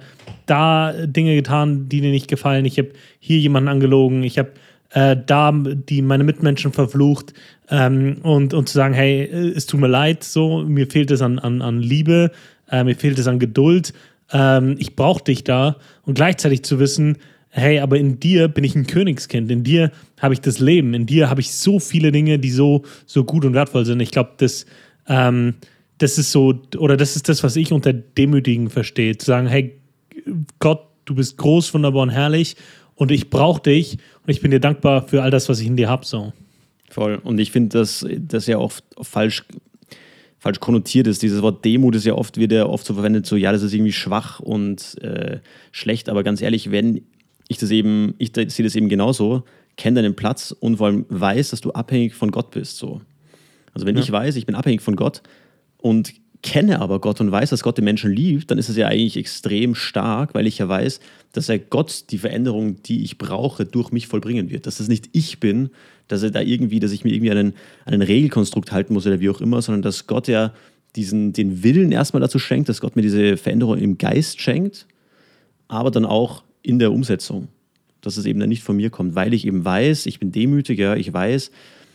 da Dinge getan, die dir nicht gefallen. Ich habe hier jemanden angelogen. Ich habe äh, da die meine Mitmenschen verflucht. Ähm, und, und zu sagen, hey, es tut mir leid, so, mir fehlt es an, an, an Liebe, äh, mir fehlt es an Geduld. Ähm, ich brauche dich da. Und gleichzeitig zu wissen, hey, aber in dir bin ich ein Königskind. In dir habe ich das Leben. In dir habe ich so viele Dinge, die so, so gut und wertvoll sind. Ich glaube, das ähm, Das ist so, oder das ist das, was ich unter Demütigen verstehe. Zu sagen, hey, Gott, du bist groß, wunderbar und herrlich und ich brauche dich und ich bin dir dankbar für all das, was ich in dir habe. So. Voll. Und ich finde, dass das ja oft falsch, falsch konnotiert ist. Dieses Wort Demut ist ja oft, wird ja oft so verwendet, so, ja, das ist irgendwie schwach und äh, schlecht. Aber ganz ehrlich, wenn ich das eben, ich sehe das eben genauso, kenn deinen Platz und vor allem weiß, dass du abhängig von Gott bist. So. Also wenn ja. ich weiß, ich bin abhängig von Gott, und kenne aber Gott und weiß, dass Gott den Menschen liebt, dann ist es ja eigentlich extrem stark, weil ich ja weiß, dass er Gott die Veränderung, die ich brauche, durch mich vollbringen wird. Dass es nicht ich bin, dass er da irgendwie, dass ich mir irgendwie einen, einen Regelkonstrukt halten muss oder wie auch immer, sondern dass Gott ja diesen, den Willen erstmal dazu schenkt, dass Gott mir diese Veränderung im Geist schenkt, aber dann auch in der Umsetzung. Dass es eben dann nicht von mir kommt, weil ich eben weiß, ich bin demütig, ja, ich weiß,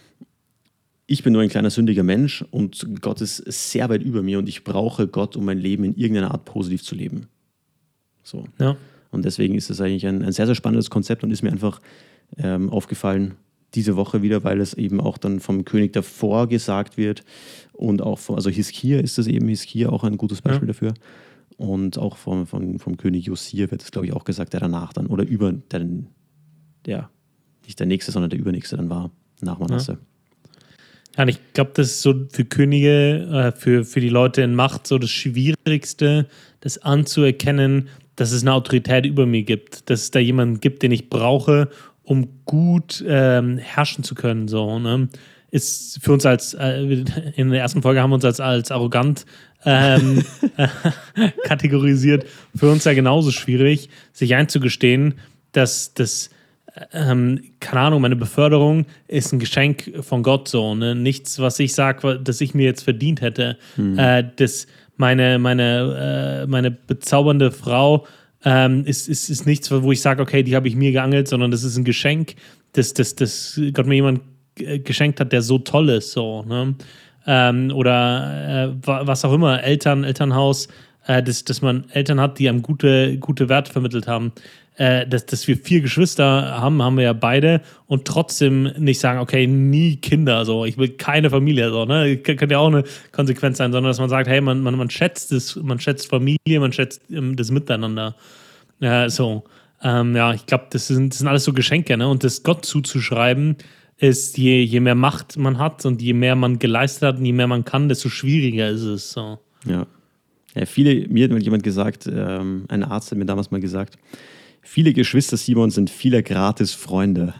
ich bin nur ein kleiner sündiger Mensch und Gott ist sehr weit über mir und ich brauche Gott, um mein Leben in irgendeiner Art positiv zu leben. So. Ja. Und deswegen ist es eigentlich ein, ein sehr, sehr spannendes Konzept und ist mir einfach ähm, aufgefallen diese Woche wieder, weil es eben auch dann vom König davor gesagt wird und auch vom, also Hiskia ist es eben, Hiskia auch ein gutes Beispiel ja. dafür. Und auch vom, vom, vom König Josia wird es, glaube ich, auch gesagt, der danach dann, oder über, der, der nicht der Nächste, sondern der Übernächste dann war, nach Manasse. Ja. Ja, und ich glaube, das ist so für Könige, äh, für, für die Leute in Macht so das Schwierigste, das anzuerkennen, dass es eine Autorität über mir gibt, dass es da jemanden gibt, den ich brauche, um gut ähm, herrschen zu können. So, ne? Ist für uns als, äh, in der ersten Folge haben wir uns als, als arrogant ähm, kategorisiert. Für uns ja genauso schwierig, sich einzugestehen, dass das Ähm, keine Ahnung, meine Beförderung ist ein Geschenk von Gott so, ne? Nichts, was ich sage, das ich mir jetzt verdient hätte. Mhm. Äh, das, meine, meine, äh, meine bezaubernde Frau ähm, ist, ist, ist nichts, wo ich sage, okay, die habe ich mir geangelt, sondern das ist ein Geschenk, das, das, das Gott mir jemand geschenkt hat, der so toll ist. So, ne? ähm, oder äh, was auch immer, Eltern, Elternhaus, äh, dass, dass man Eltern hat, die einem gute, gute Werte vermittelt haben. Äh, dass, dass wir vier Geschwister haben, haben wir ja beide und trotzdem nicht sagen, okay, nie Kinder, so, ich will keine Familie, so, ne, könnte ja auch eine Konsequenz sein, sondern dass man sagt, hey, man, man, man schätzt das, man schätzt Familie, man schätzt ähm, das Miteinander, äh, so, ähm, ja, ich glaube, das sind, das sind alles so Geschenke, ne, und das Gott zuzuschreiben ist, je, je mehr Macht man hat und je mehr man geleistet hat und je mehr man kann, desto schwieriger ist es, so. Ja, ja viele, mir hat mal jemand gesagt, ähm, ein Arzt hat mir damals mal gesagt, viele Geschwister Simon sind vieler gratis Freunde.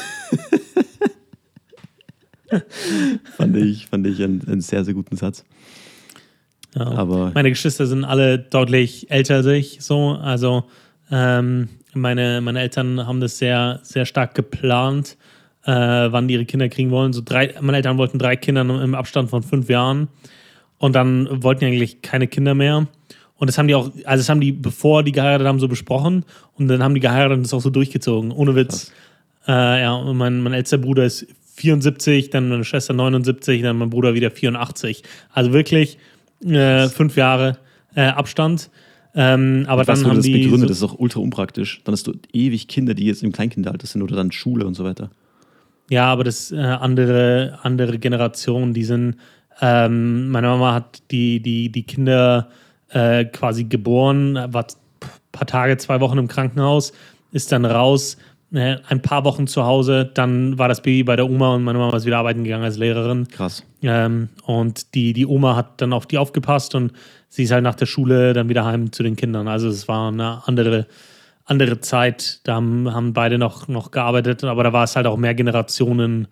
fand ich, fand ich einen, einen sehr, sehr guten Satz. Ja. Aber meine Geschwister sind alle deutlich älter als ich, so, also Ähm, meine, meine Eltern haben das sehr, sehr stark geplant, äh, wann die ihre Kinder kriegen wollen. So drei, meine Eltern wollten drei Kinder im Abstand von fünf Jahren und dann wollten die eigentlich keine Kinder mehr. Und das haben die auch, also das haben die, bevor die geheiratet haben, so besprochen und dann haben die geheiratet und das auch so durchgezogen, ohne Witz. Äh, ja, und mein, mein ältester Bruder ist vierundsiebzig, dann meine Schwester neunundsiebzig, dann mein Bruder wieder vierundachtzig. Also wirklich äh, fünf Jahre äh, Abstand. Ähm, aber und was dann haben das die begründet, so, das ist auch ultra unpraktisch. Dann hast du ewig Kinder, die jetzt im Kleinkindalter sind oder dann Schule und so weiter. ja, aber das äh, andere, andere Generationen, die sind, ähm, meine Mama hat die, die, die Kinder äh, quasi geboren, war ein paar Tage, zwei Wochen im Krankenhaus, ist dann raus, äh, ein paar Wochen zu Hause, dann war das Baby bei der Oma und meine Mama ist wieder arbeiten gegangen als Lehrerin. Krass. Ähm, und die, die Oma hat dann auf die aufgepasst und sie ist halt nach der Schule dann wieder heim zu den Kindern. Also es war eine andere, andere Zeit. Da haben, haben beide noch, noch gearbeitet, aber da war es halt auch mehr Generationen,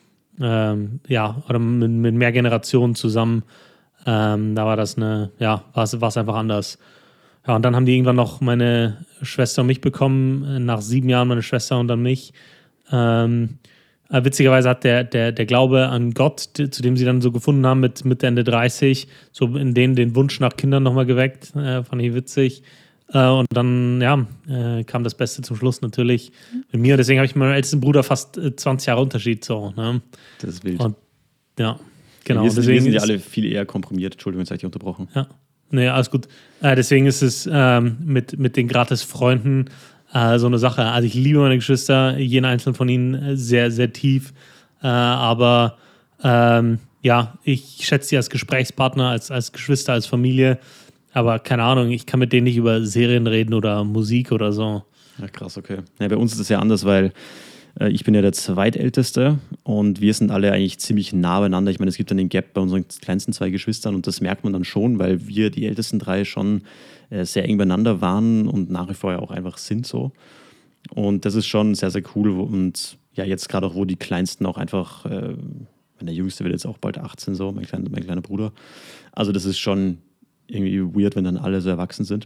ähm, ja, oder mit, mit mehr Generationen zusammen. Ähm, da war das eine, ja, war es, war es einfach anders. Ja, und dann haben die irgendwann noch meine Schwester und mich bekommen, nach sieben Jahren meine Schwester und dann mich. Ähm, äh, witzigerweise hat der, der, der Glaube an Gott, zu dem sie dann so gefunden haben mit Mitte, Ende dreißig, so in denen den Wunsch nach Kindern nochmal geweckt, äh, fand ich witzig. Äh, und dann, ja, äh, kam das Beste zum Schluss natürlich mit mir. Deswegen habe ich mit meinem ältesten Bruder fast äh, zwanzig Jahre Unterschied. So, ne? Das ist wild. Und, ja, genau. Wir sind, deswegen wir sind ja ist, alle viel eher komprimiert. Entschuldigung, jetzt habe ich dich unterbrochen. Ja. Nee, alles gut. Äh, deswegen ist es ähm, mit, mit den Gratis-Freunden äh, so eine Sache. Also ich liebe meine Geschwister, jeden einzelnen von ihnen sehr, sehr tief. Äh, aber ähm, ja, ich schätze sie als Gesprächspartner, als, als Geschwister, als Familie. Aber keine Ahnung, ich kann mit denen nicht über Serien reden oder Musik oder so. Ja, krass, okay. Ja, bei uns ist es ja anders, weil äh, ich bin ja der Zweitälteste und wir sind alle eigentlich ziemlich nah beieinander. Ich meine, es gibt dann den Gap bei unseren kleinsten zwei Geschwistern und das merkt man dann schon, weil wir, die ältesten drei, schon äh, sehr eng beieinander waren und nach wie vor ja auch einfach sind so. Und das ist schon sehr, sehr cool. Und ja, jetzt gerade auch, wo die Kleinsten auch einfach, äh, der Jüngste wird jetzt auch bald achtzehn, so, mein kleiner, mein kleiner Bruder. Also das ist schon irgendwie weird, wenn dann alle so erwachsen sind.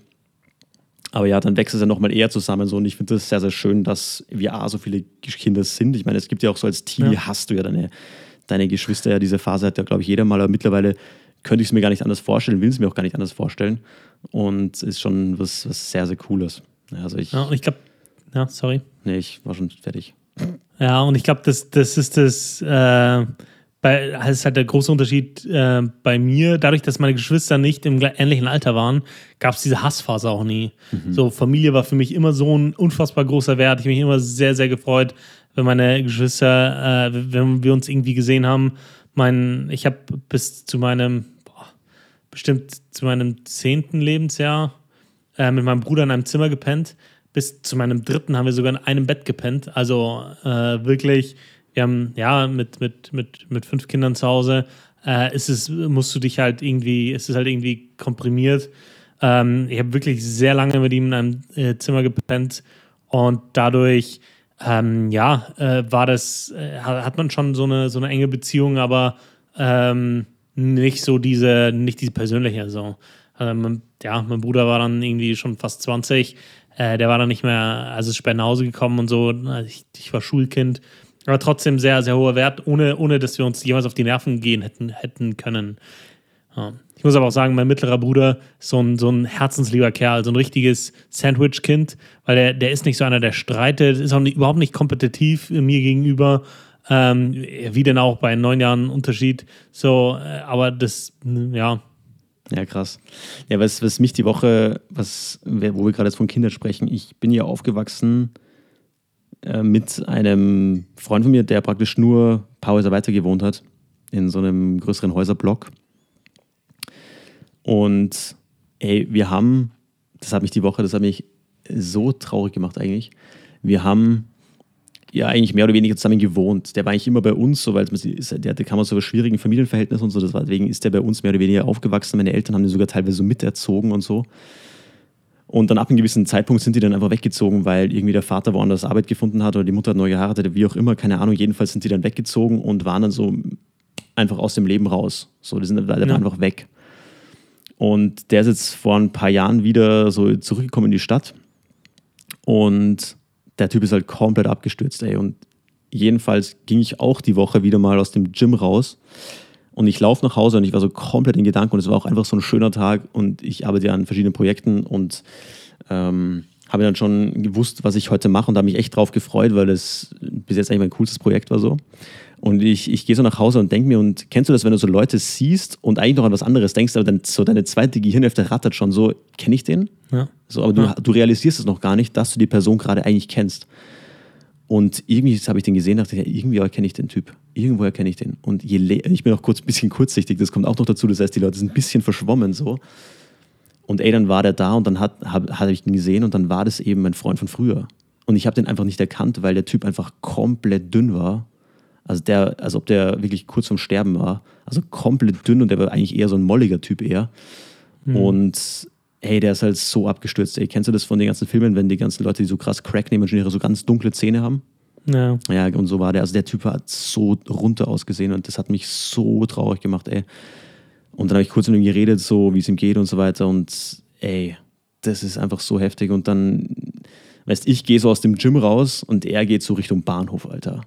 Aber ja, dann wächst es ja nochmal eher zusammen so und ich finde das sehr, sehr schön, dass wir A, so viele Kinder sind. Ich meine, es gibt ja auch so als Teenie, ja. hast du ja deine, deine Geschwister, ja, diese Phase hat ja, glaube ich, jeder mal, aber mittlerweile könnte ich es mir gar nicht anders vorstellen, will es mir auch gar nicht anders vorstellen und ist schon was, was sehr, sehr Cooles. Also ich, ja, und ich glaube, ja, sorry. Nee, ich war schon fertig. Ja, und ich glaube, das, das ist das, äh, bei, das ist halt der große Unterschied äh, bei mir. Dadurch, dass meine Geschwister nicht im ähnlichen Alter waren, gab es diese Hassphase auch nie. Mhm. So, Familie war für mich immer so ein unfassbar großer Wert. Ich habe mich immer sehr, sehr gefreut, wenn meine Geschwister, äh, wenn wir uns irgendwie gesehen haben. Mein, ich habe bis zu meinem, boah, bestimmt zu meinem zehnten Lebensjahr äh, mit meinem Bruder in einem Zimmer gepennt. Bis zu meinem dritten haben wir sogar in einem Bett gepennt. Also äh, wirklich, wir haben, ja, mit, mit, mit, mit fünf Kindern zu Hause, äh, ist es, musst du dich halt irgendwie, ist es halt irgendwie komprimiert. Ähm, ich habe wirklich sehr lange mit ihm in einem äh, Zimmer gepennt und dadurch, ähm, ja, äh, war das, äh, hat man schon so eine, so eine enge Beziehung, aber ähm, nicht so diese, nicht diese persönliche, so. Ähm, ja, mein Bruder war dann irgendwie schon fast zwanzig. Äh, der war dann nicht mehr, also ist spät nach Hause gekommen und so. Ich, ich war Schulkind. Aber trotzdem sehr, sehr hoher Wert, ohne, ohne dass wir uns jemals auf die Nerven gehen hätten, hätten können. Ja. Ich muss aber auch sagen, mein mittlerer Bruder ist so ein, so ein herzenslieber Kerl, so ein richtiges Sandwich-Kind, weil der, der ist nicht so einer, der streitet, ist auch nicht, überhaupt nicht kompetitiv mir gegenüber. Ähm, wie denn auch bei neun Jahren Unterschied. So, äh, aber das, ja. Ja, krass. Ja, was, was mich die Woche, was, wo wir gerade jetzt von Kindern sprechen, ich bin ja aufgewachsen äh, mit einem Freund von mir, der praktisch nur ein paar Häuser weiter gewohnt hat, in so einem größeren Häuserblock. Und ey, wir haben, das hat mich die Woche, das hat mich so traurig gemacht eigentlich, wir haben ja eigentlich mehr oder weniger zusammen gewohnt. Der war eigentlich immer bei uns, so, weil der, der kam aus so schwierigen Familienverhältnissen und so, deswegen ist der bei uns mehr oder weniger aufgewachsen. Meine Eltern haben den sogar teilweise so miterzogen und so. Und dann ab einem gewissen Zeitpunkt sind die dann einfach weggezogen, weil irgendwie der Vater woanders Arbeit gefunden hat oder die Mutter hat neu geheiratet, wie auch immer, keine Ahnung. Jedenfalls sind die dann weggezogen und waren dann so einfach aus dem Leben raus. So, die sind der war ja. einfach weg. Und der ist jetzt vor ein paar Jahren wieder so zurückgekommen in die Stadt. Und der Typ ist halt komplett abgestürzt, ey. Und jedenfalls ging ich auch die Woche wieder mal aus dem Gym raus. Und ich laufe nach Hause und ich war so komplett in Gedanken. Und es war auch einfach so ein schöner Tag. Und ich arbeite ja an verschiedenen Projekten und ähm, habe dann schon gewusst, was ich heute mache. Und da habe mich echt drauf gefreut, weil das bis jetzt eigentlich mein coolstes Projekt war so. Und ich, ich gehe so nach Hause und denke mir, und kennst du das, wenn du so Leute siehst und eigentlich noch an was anderes denkst, aber dann so deine zweite Gehirnhälfte rattert schon so, kenne ich den? Ja. So, aber ja. du, du realisierst es noch gar nicht, dass du die Person gerade eigentlich kennst. Und irgendwie habe ich den gesehen, dachte ich, ja, irgendwie erkenne ich den Typ. Irgendwo erkenne ich den. Und je le- ich bin auch kurz ein bisschen kurzsichtig, das kommt auch noch dazu, das heißt, die Leute sind ein bisschen verschwommen so. Und ey, dann war der da und dann hat, hab, hab ich ihn gesehen und dann war das eben mein Freund von früher. Und ich habe den einfach nicht erkannt, weil der Typ einfach komplett dünn war. Also der, als ob der wirklich kurz vorm Sterben war. Also komplett dünn und der war eigentlich eher so ein molliger Typ eher. Mhm. Und hey, der ist halt so abgestürzt. Ey, kennst du das von den ganzen Filmen, wenn die ganzen Leute, die so krass Crack nehmen und schon ihre so ganz dunkle Zähne haben? Ja. Ja, und so war der. Also der Typ hat so runter ausgesehen und das hat mich so traurig gemacht, ey. Und dann habe ich kurz mit ihm geredet, so wie es ihm geht und so weiter. Und ey, das ist einfach so heftig. Und dann, weißt ich gehe so aus dem Gym raus und er geht so Richtung Bahnhof, Alter.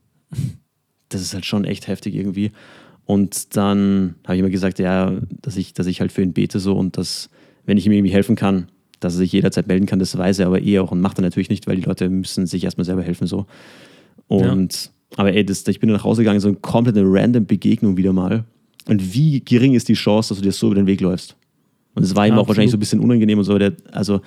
Das ist halt schon echt heftig irgendwie. Und dann habe ich immer gesagt, ja, dass ich, dass ich halt für ihn bete so und dass, wenn ich ihm irgendwie helfen kann, dass er sich jederzeit melden kann, das weiß er aber eh auch und macht er natürlich nicht, weil die Leute müssen sich erstmal selber helfen so. Und, ja. aber ey, das, ich bin nach Hause gegangen, so eine komplette random Begegnung wieder mal. Und wie gering ist die Chance, dass du dir so über den Weg läufst? Und es war ihm ja, auch wahrscheinlich so ein bisschen unangenehm und so. Der, also,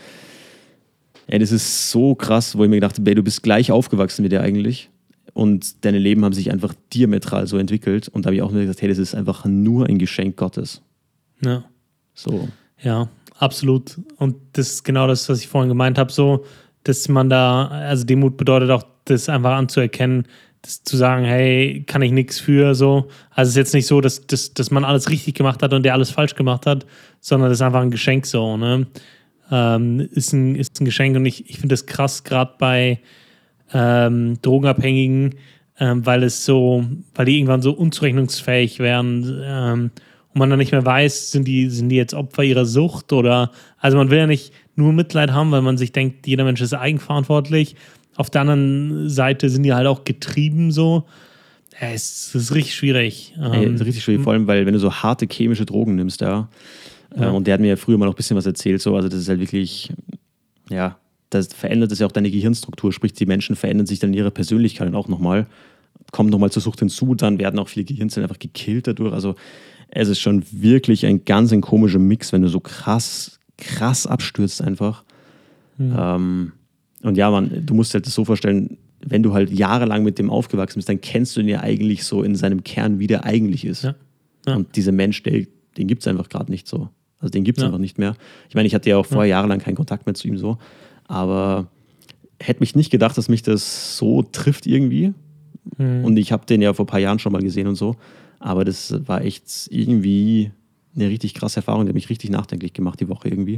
ey, das ist so krass, wo ich mir gedacht habe, ey, du bist gleich aufgewachsen mit dir eigentlich. Und deine Leben haben sich einfach diametral so entwickelt. Und da habe ich auch nur gesagt, hey, das ist einfach nur ein Geschenk Gottes. Ja. So. Ja, absolut. Und das ist genau das, was ich vorhin gemeint habe, so, dass man da, also Demut bedeutet auch, das einfach anzuerkennen, das zu sagen, hey, kann ich nichts für, so. Also es ist jetzt nicht so, dass, dass, dass man alles richtig gemacht hat und der alles falsch gemacht hat, sondern das ist einfach ein Geschenk so, ne? Ähm, ist, ein, ist ein Geschenk und ich, ich finde das krass, gerade bei Ähm, Drogenabhängigen, ähm, weil es so, weil die irgendwann so unzurechnungsfähig werden ähm, und man dann nicht mehr weiß, sind die, sind die jetzt Opfer ihrer Sucht oder, also man will ja nicht nur Mitleid haben, weil man sich denkt, jeder Mensch ist eigenverantwortlich. Auf der anderen Seite sind die halt auch getrieben so. Ja, es ist richtig schwierig. Ähm, Ey, ist richtig schwierig, vor allem, weil wenn du so harte chemische Drogen nimmst, ja, ja. Äh, und der hat mir ja früher mal noch ein bisschen was erzählt, so, also das ist halt wirklich, ja, das verändert es ja auch deine Gehirnstruktur, sprich die Menschen verändern sich dann in ihrer Persönlichkeit auch nochmal, kommt nochmal zur Sucht hinzu, dann werden auch viele Gehirnzellen einfach gekillt dadurch, also es ist schon wirklich ein ganz ein komischer Mix, wenn du so krass, krass abstürzt einfach. Mhm. Ähm, und ja, man, du musst dir halt das so vorstellen, wenn du halt jahrelang mit dem aufgewachsen bist, dann kennst du ihn ja eigentlich so in seinem Kern, wie der eigentlich ist. Ja. Ja. Und dieser Mensch, der, den gibt es einfach gerade nicht so. Also den gibt es ja. einfach nicht mehr. Ich meine, ich hatte ja auch vorher ja. jahrelang keinen Kontakt mehr zu ihm so. Aber hätte mich nicht gedacht, dass mich das so trifft irgendwie. Mhm. Und ich habe den ja vor ein paar Jahren schon mal gesehen und so. Aber das war echt irgendwie eine richtig krasse Erfahrung. Die hat mich richtig nachdenklich gemacht die Woche irgendwie.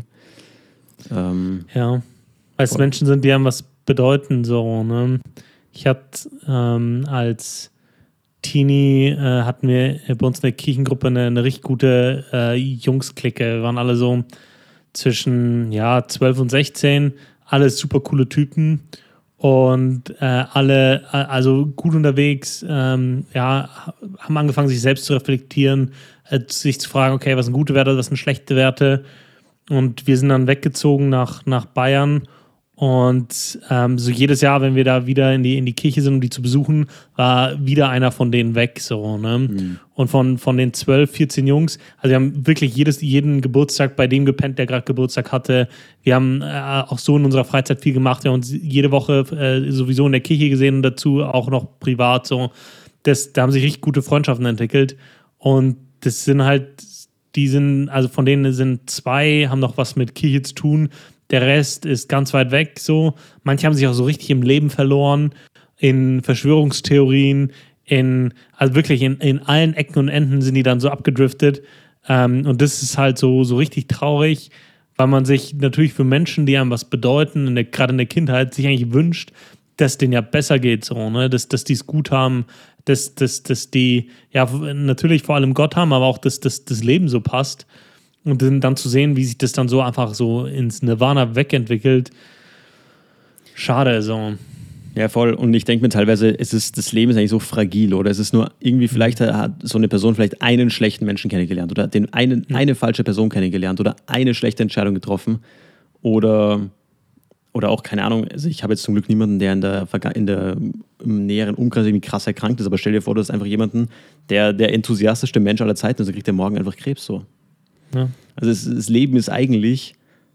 Ähm, ja, weil es Menschen sind, die haben was bedeuten. So, ne? Ich hatte ähm, als Teenie äh, hatten wir bei uns in der Kirchengruppe eine, eine richtig gute äh, Jungs-Clique. Wir waren alle so zwischen ja, zwölf und sechzehn. Alles super coole Typen und äh, alle, äh, also gut unterwegs, ähm, ja, haben angefangen, sich selbst zu reflektieren, äh, sich zu fragen, okay, was sind gute Werte, was sind schlechte Werte. Und wir sind dann weggezogen nach, nach Bayern. Und ähm, so jedes Jahr, wenn wir da wieder in die, in die Kirche sind, um die zu besuchen, war wieder einer von denen weg. So, ne? Mhm. Und von, von den zwölf, vierzehn Jungs, also wir haben wirklich jedes, jeden Geburtstag bei dem gepennt, der gerade Geburtstag hatte. Wir haben äh, auch so in unserer Freizeit viel gemacht. Wir haben uns jede Woche äh, sowieso in der Kirche gesehen und dazu auch noch privat. So. Das, da haben sich richtig gute Freundschaften entwickelt. Und das sind halt, die sind, also von denen sind zwei, haben noch was mit Kirche zu tun. Der Rest ist ganz weit weg, so. Manche haben sich auch so richtig im Leben verloren, in Verschwörungstheorien, in, also wirklich in, in allen Ecken und Enden sind die dann so abgedriftet. Ähm, und das ist halt so, so richtig traurig, weil man sich natürlich für Menschen, die einem was bedeuten, in der, gerade in der Kindheit, sich eigentlich wünscht, dass es denen ja besser geht, so, ne? Dass, dass die es gut haben, dass, dass, dass die, ja, natürlich vor allem Gott haben, aber auch, dass, dass das Leben so passt. Und dann zu sehen, wie sich das dann so einfach so ins Nirvana wegentwickelt, schade so. Ja, voll. Und ich denke mir teilweise, es ist, das Leben ist eigentlich so fragil, oder es ist nur irgendwie, vielleicht hat so eine Person vielleicht einen schlechten Menschen kennengelernt oder den einen, eine falsche Person kennengelernt oder eine schlechte Entscheidung getroffen oder, oder auch, keine Ahnung, also ich habe jetzt zum Glück niemanden, der in der, in der im näheren Umkreis irgendwie krass erkrankt ist, aber stell dir vor, du hast einfach jemanden, der der enthusiastischste Mensch aller Zeiten ist, dann kriegt der morgen einfach Krebs so. Ja. Also es, das Leben ist eigentlich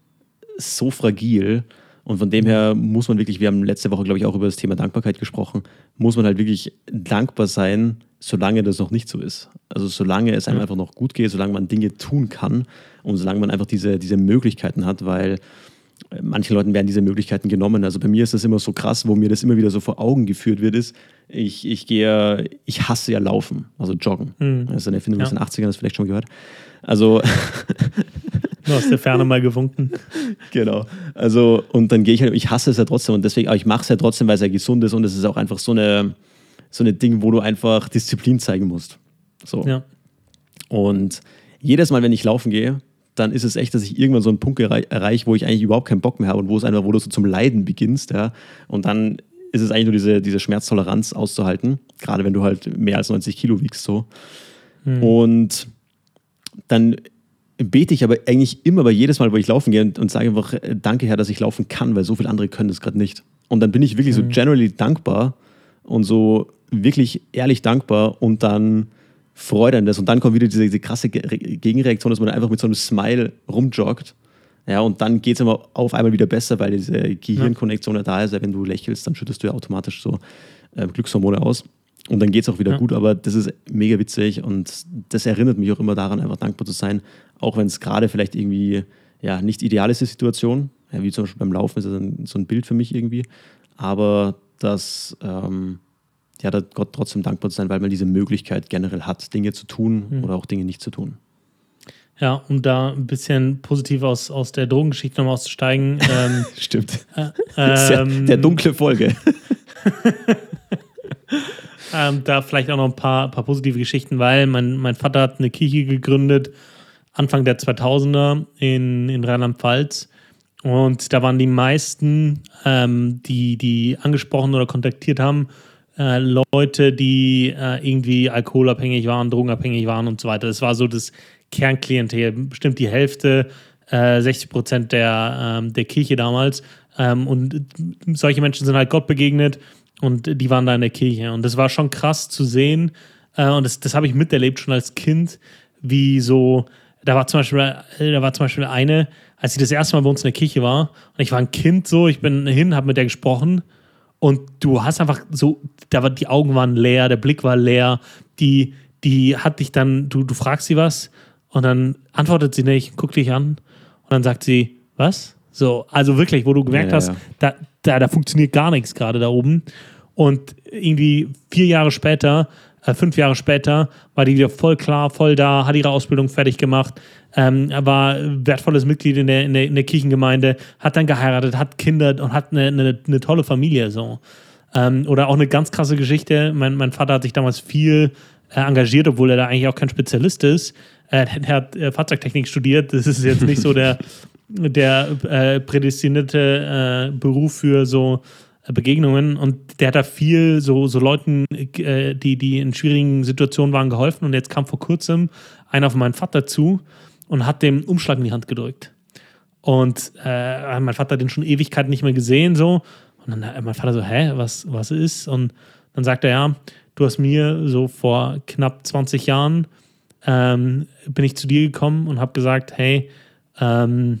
so fragil. Und von dem her muss man wirklich, wir haben letzte Woche, glaube ich, auch über das Thema Dankbarkeit gesprochen, muss man halt wirklich dankbar sein, solange das noch nicht so ist. Also solange es einem ja. einfach noch gut geht, solange man Dinge tun kann und solange man einfach diese, diese Möglichkeiten hat, weil manchen Leuten werden diese Möglichkeiten genommen. Also bei mir ist das immer so krass, wo mir das immer wieder so vor Augen geführt wird, ist, ich, ich gehe, ich hasse ja Laufen, also Joggen. Mhm. Das ist eine Erfindung aus den achtzigern, das vielleicht schon gehört. Also nur aus der Ferne mal gewunken. Genau. Also, und dann gehe ich halt, ich hasse es ja trotzdem und deswegen, aber ich mache es ja trotzdem, weil es ja gesund ist und es ist auch einfach so eine, so eine Ding, wo du einfach Disziplin zeigen musst. So. Ja. Und jedes Mal, wenn ich laufen gehe, dann ist es echt, dass ich irgendwann so einen Punkt erreiche, wo ich eigentlich überhaupt keinen Bock mehr habe und wo es einfach, wo du so zum Leiden beginnst, ja. Und dann ist es eigentlich nur diese, diese Schmerztoleranz auszuhalten, gerade wenn du halt mehr als neunzig Kilo wiegst, so. Hm. Und dann bete ich aber eigentlich immer bei jedes Mal, wo ich laufen gehe und, und sage einfach, danke Herr, dass ich laufen kann, weil so viele andere können das gerade nicht. Und dann bin ich wirklich mhm. so generally dankbar und so wirklich ehrlich dankbar und dann Freude an das. Und dann kommt wieder diese, diese krasse Gegenreaktion, dass man einfach mit so einem Smile rumjoggt. Ja, und dann geht es immer auf einmal wieder besser, weil diese Gehirnkonnektion ja da ist. Wenn du lächelst, dann schüttest du ja automatisch so äh, Glückshormone aus. Und dann geht es auch wieder ja. gut, aber das ist mega witzig und das erinnert mich auch immer daran, einfach dankbar zu sein, auch wenn es gerade vielleicht irgendwie ja, nicht ideal ist, die Situation, ja, wie zum Beispiel beim Laufen ist das ein, so ein Bild für mich irgendwie, aber dass ähm, ja, da Gott trotzdem dankbar zu sein, weil man diese Möglichkeit generell hat, Dinge zu tun mhm. oder auch Dinge nicht zu tun. Ja, um da ein bisschen positiv aus, aus der Drogengeschichte nochmal auszusteigen. Ähm, Stimmt. Äh, ähm, der dunkle Folge. Ähm, da vielleicht auch noch ein paar, paar positive Geschichten, weil mein, mein Vater hat eine Kirche gegründet, Anfang der zweitausender in, in Rheinland-Pfalz. Und da waren die meisten, ähm, die, die angesprochen oder kontaktiert haben, äh, Leute, die äh, irgendwie alkoholabhängig waren, drogenabhängig waren und so weiter. Das war so das Kernklientel, bestimmt die Hälfte, äh, sechzig Prozent der, ähm, der Kirche damals. Ähm, und solche Menschen sind halt Gott begegnet. Und die waren da in der Kirche. Und das war schon krass zu sehen. Äh, und das, das habe ich miterlebt schon als Kind, wie so, da war zum Beispiel, da war zum Beispiel eine, als sie das erste Mal bei uns in der Kirche war, und ich war ein Kind so, ich bin hin, habe mit der gesprochen und du hast einfach so, da war, die Augen waren leer, der Blick war leer, die, die hat dich dann, du, du fragst sie was und dann antwortet sie nicht, guckt dich an und dann sagt sie, was? So, also wirklich, wo du gemerkt ja, hast, ja. Da, da, da funktioniert gar nichts gerade da oben. Und irgendwie vier Jahre später, äh, fünf Jahre später, war die wieder voll klar, voll da, hat ihre Ausbildung fertig gemacht, ähm, war wertvolles Mitglied in der, in, der, in der Kirchengemeinde, hat dann geheiratet, hat Kinder und hat eine, eine, eine tolle Familie. So. Ähm, oder auch eine ganz krasse Geschichte. Mein, mein Vater hat sich damals viel äh, engagiert, obwohl er da eigentlich auch kein Spezialist ist. Äh, er hat äh, Fahrzeugtechnik studiert. Das ist jetzt nicht so der, der äh, prädestinierte äh, Beruf für so Begegnungen und der hat da viel so, so Leuten, äh, die, die in schwierigen Situationen waren, geholfen und jetzt kam vor kurzem einer auf meinen Vater zu und hat dem Umschlag in die Hand gedrückt und äh, mein Vater hat den schon Ewigkeiten nicht mehr gesehen so und dann hat mein Vater so, hä, was, was ist? Und dann sagt er, ja, du hast mir so vor knapp zwanzig Jahren ähm, bin ich zu dir gekommen und habe gesagt, hey, ähm,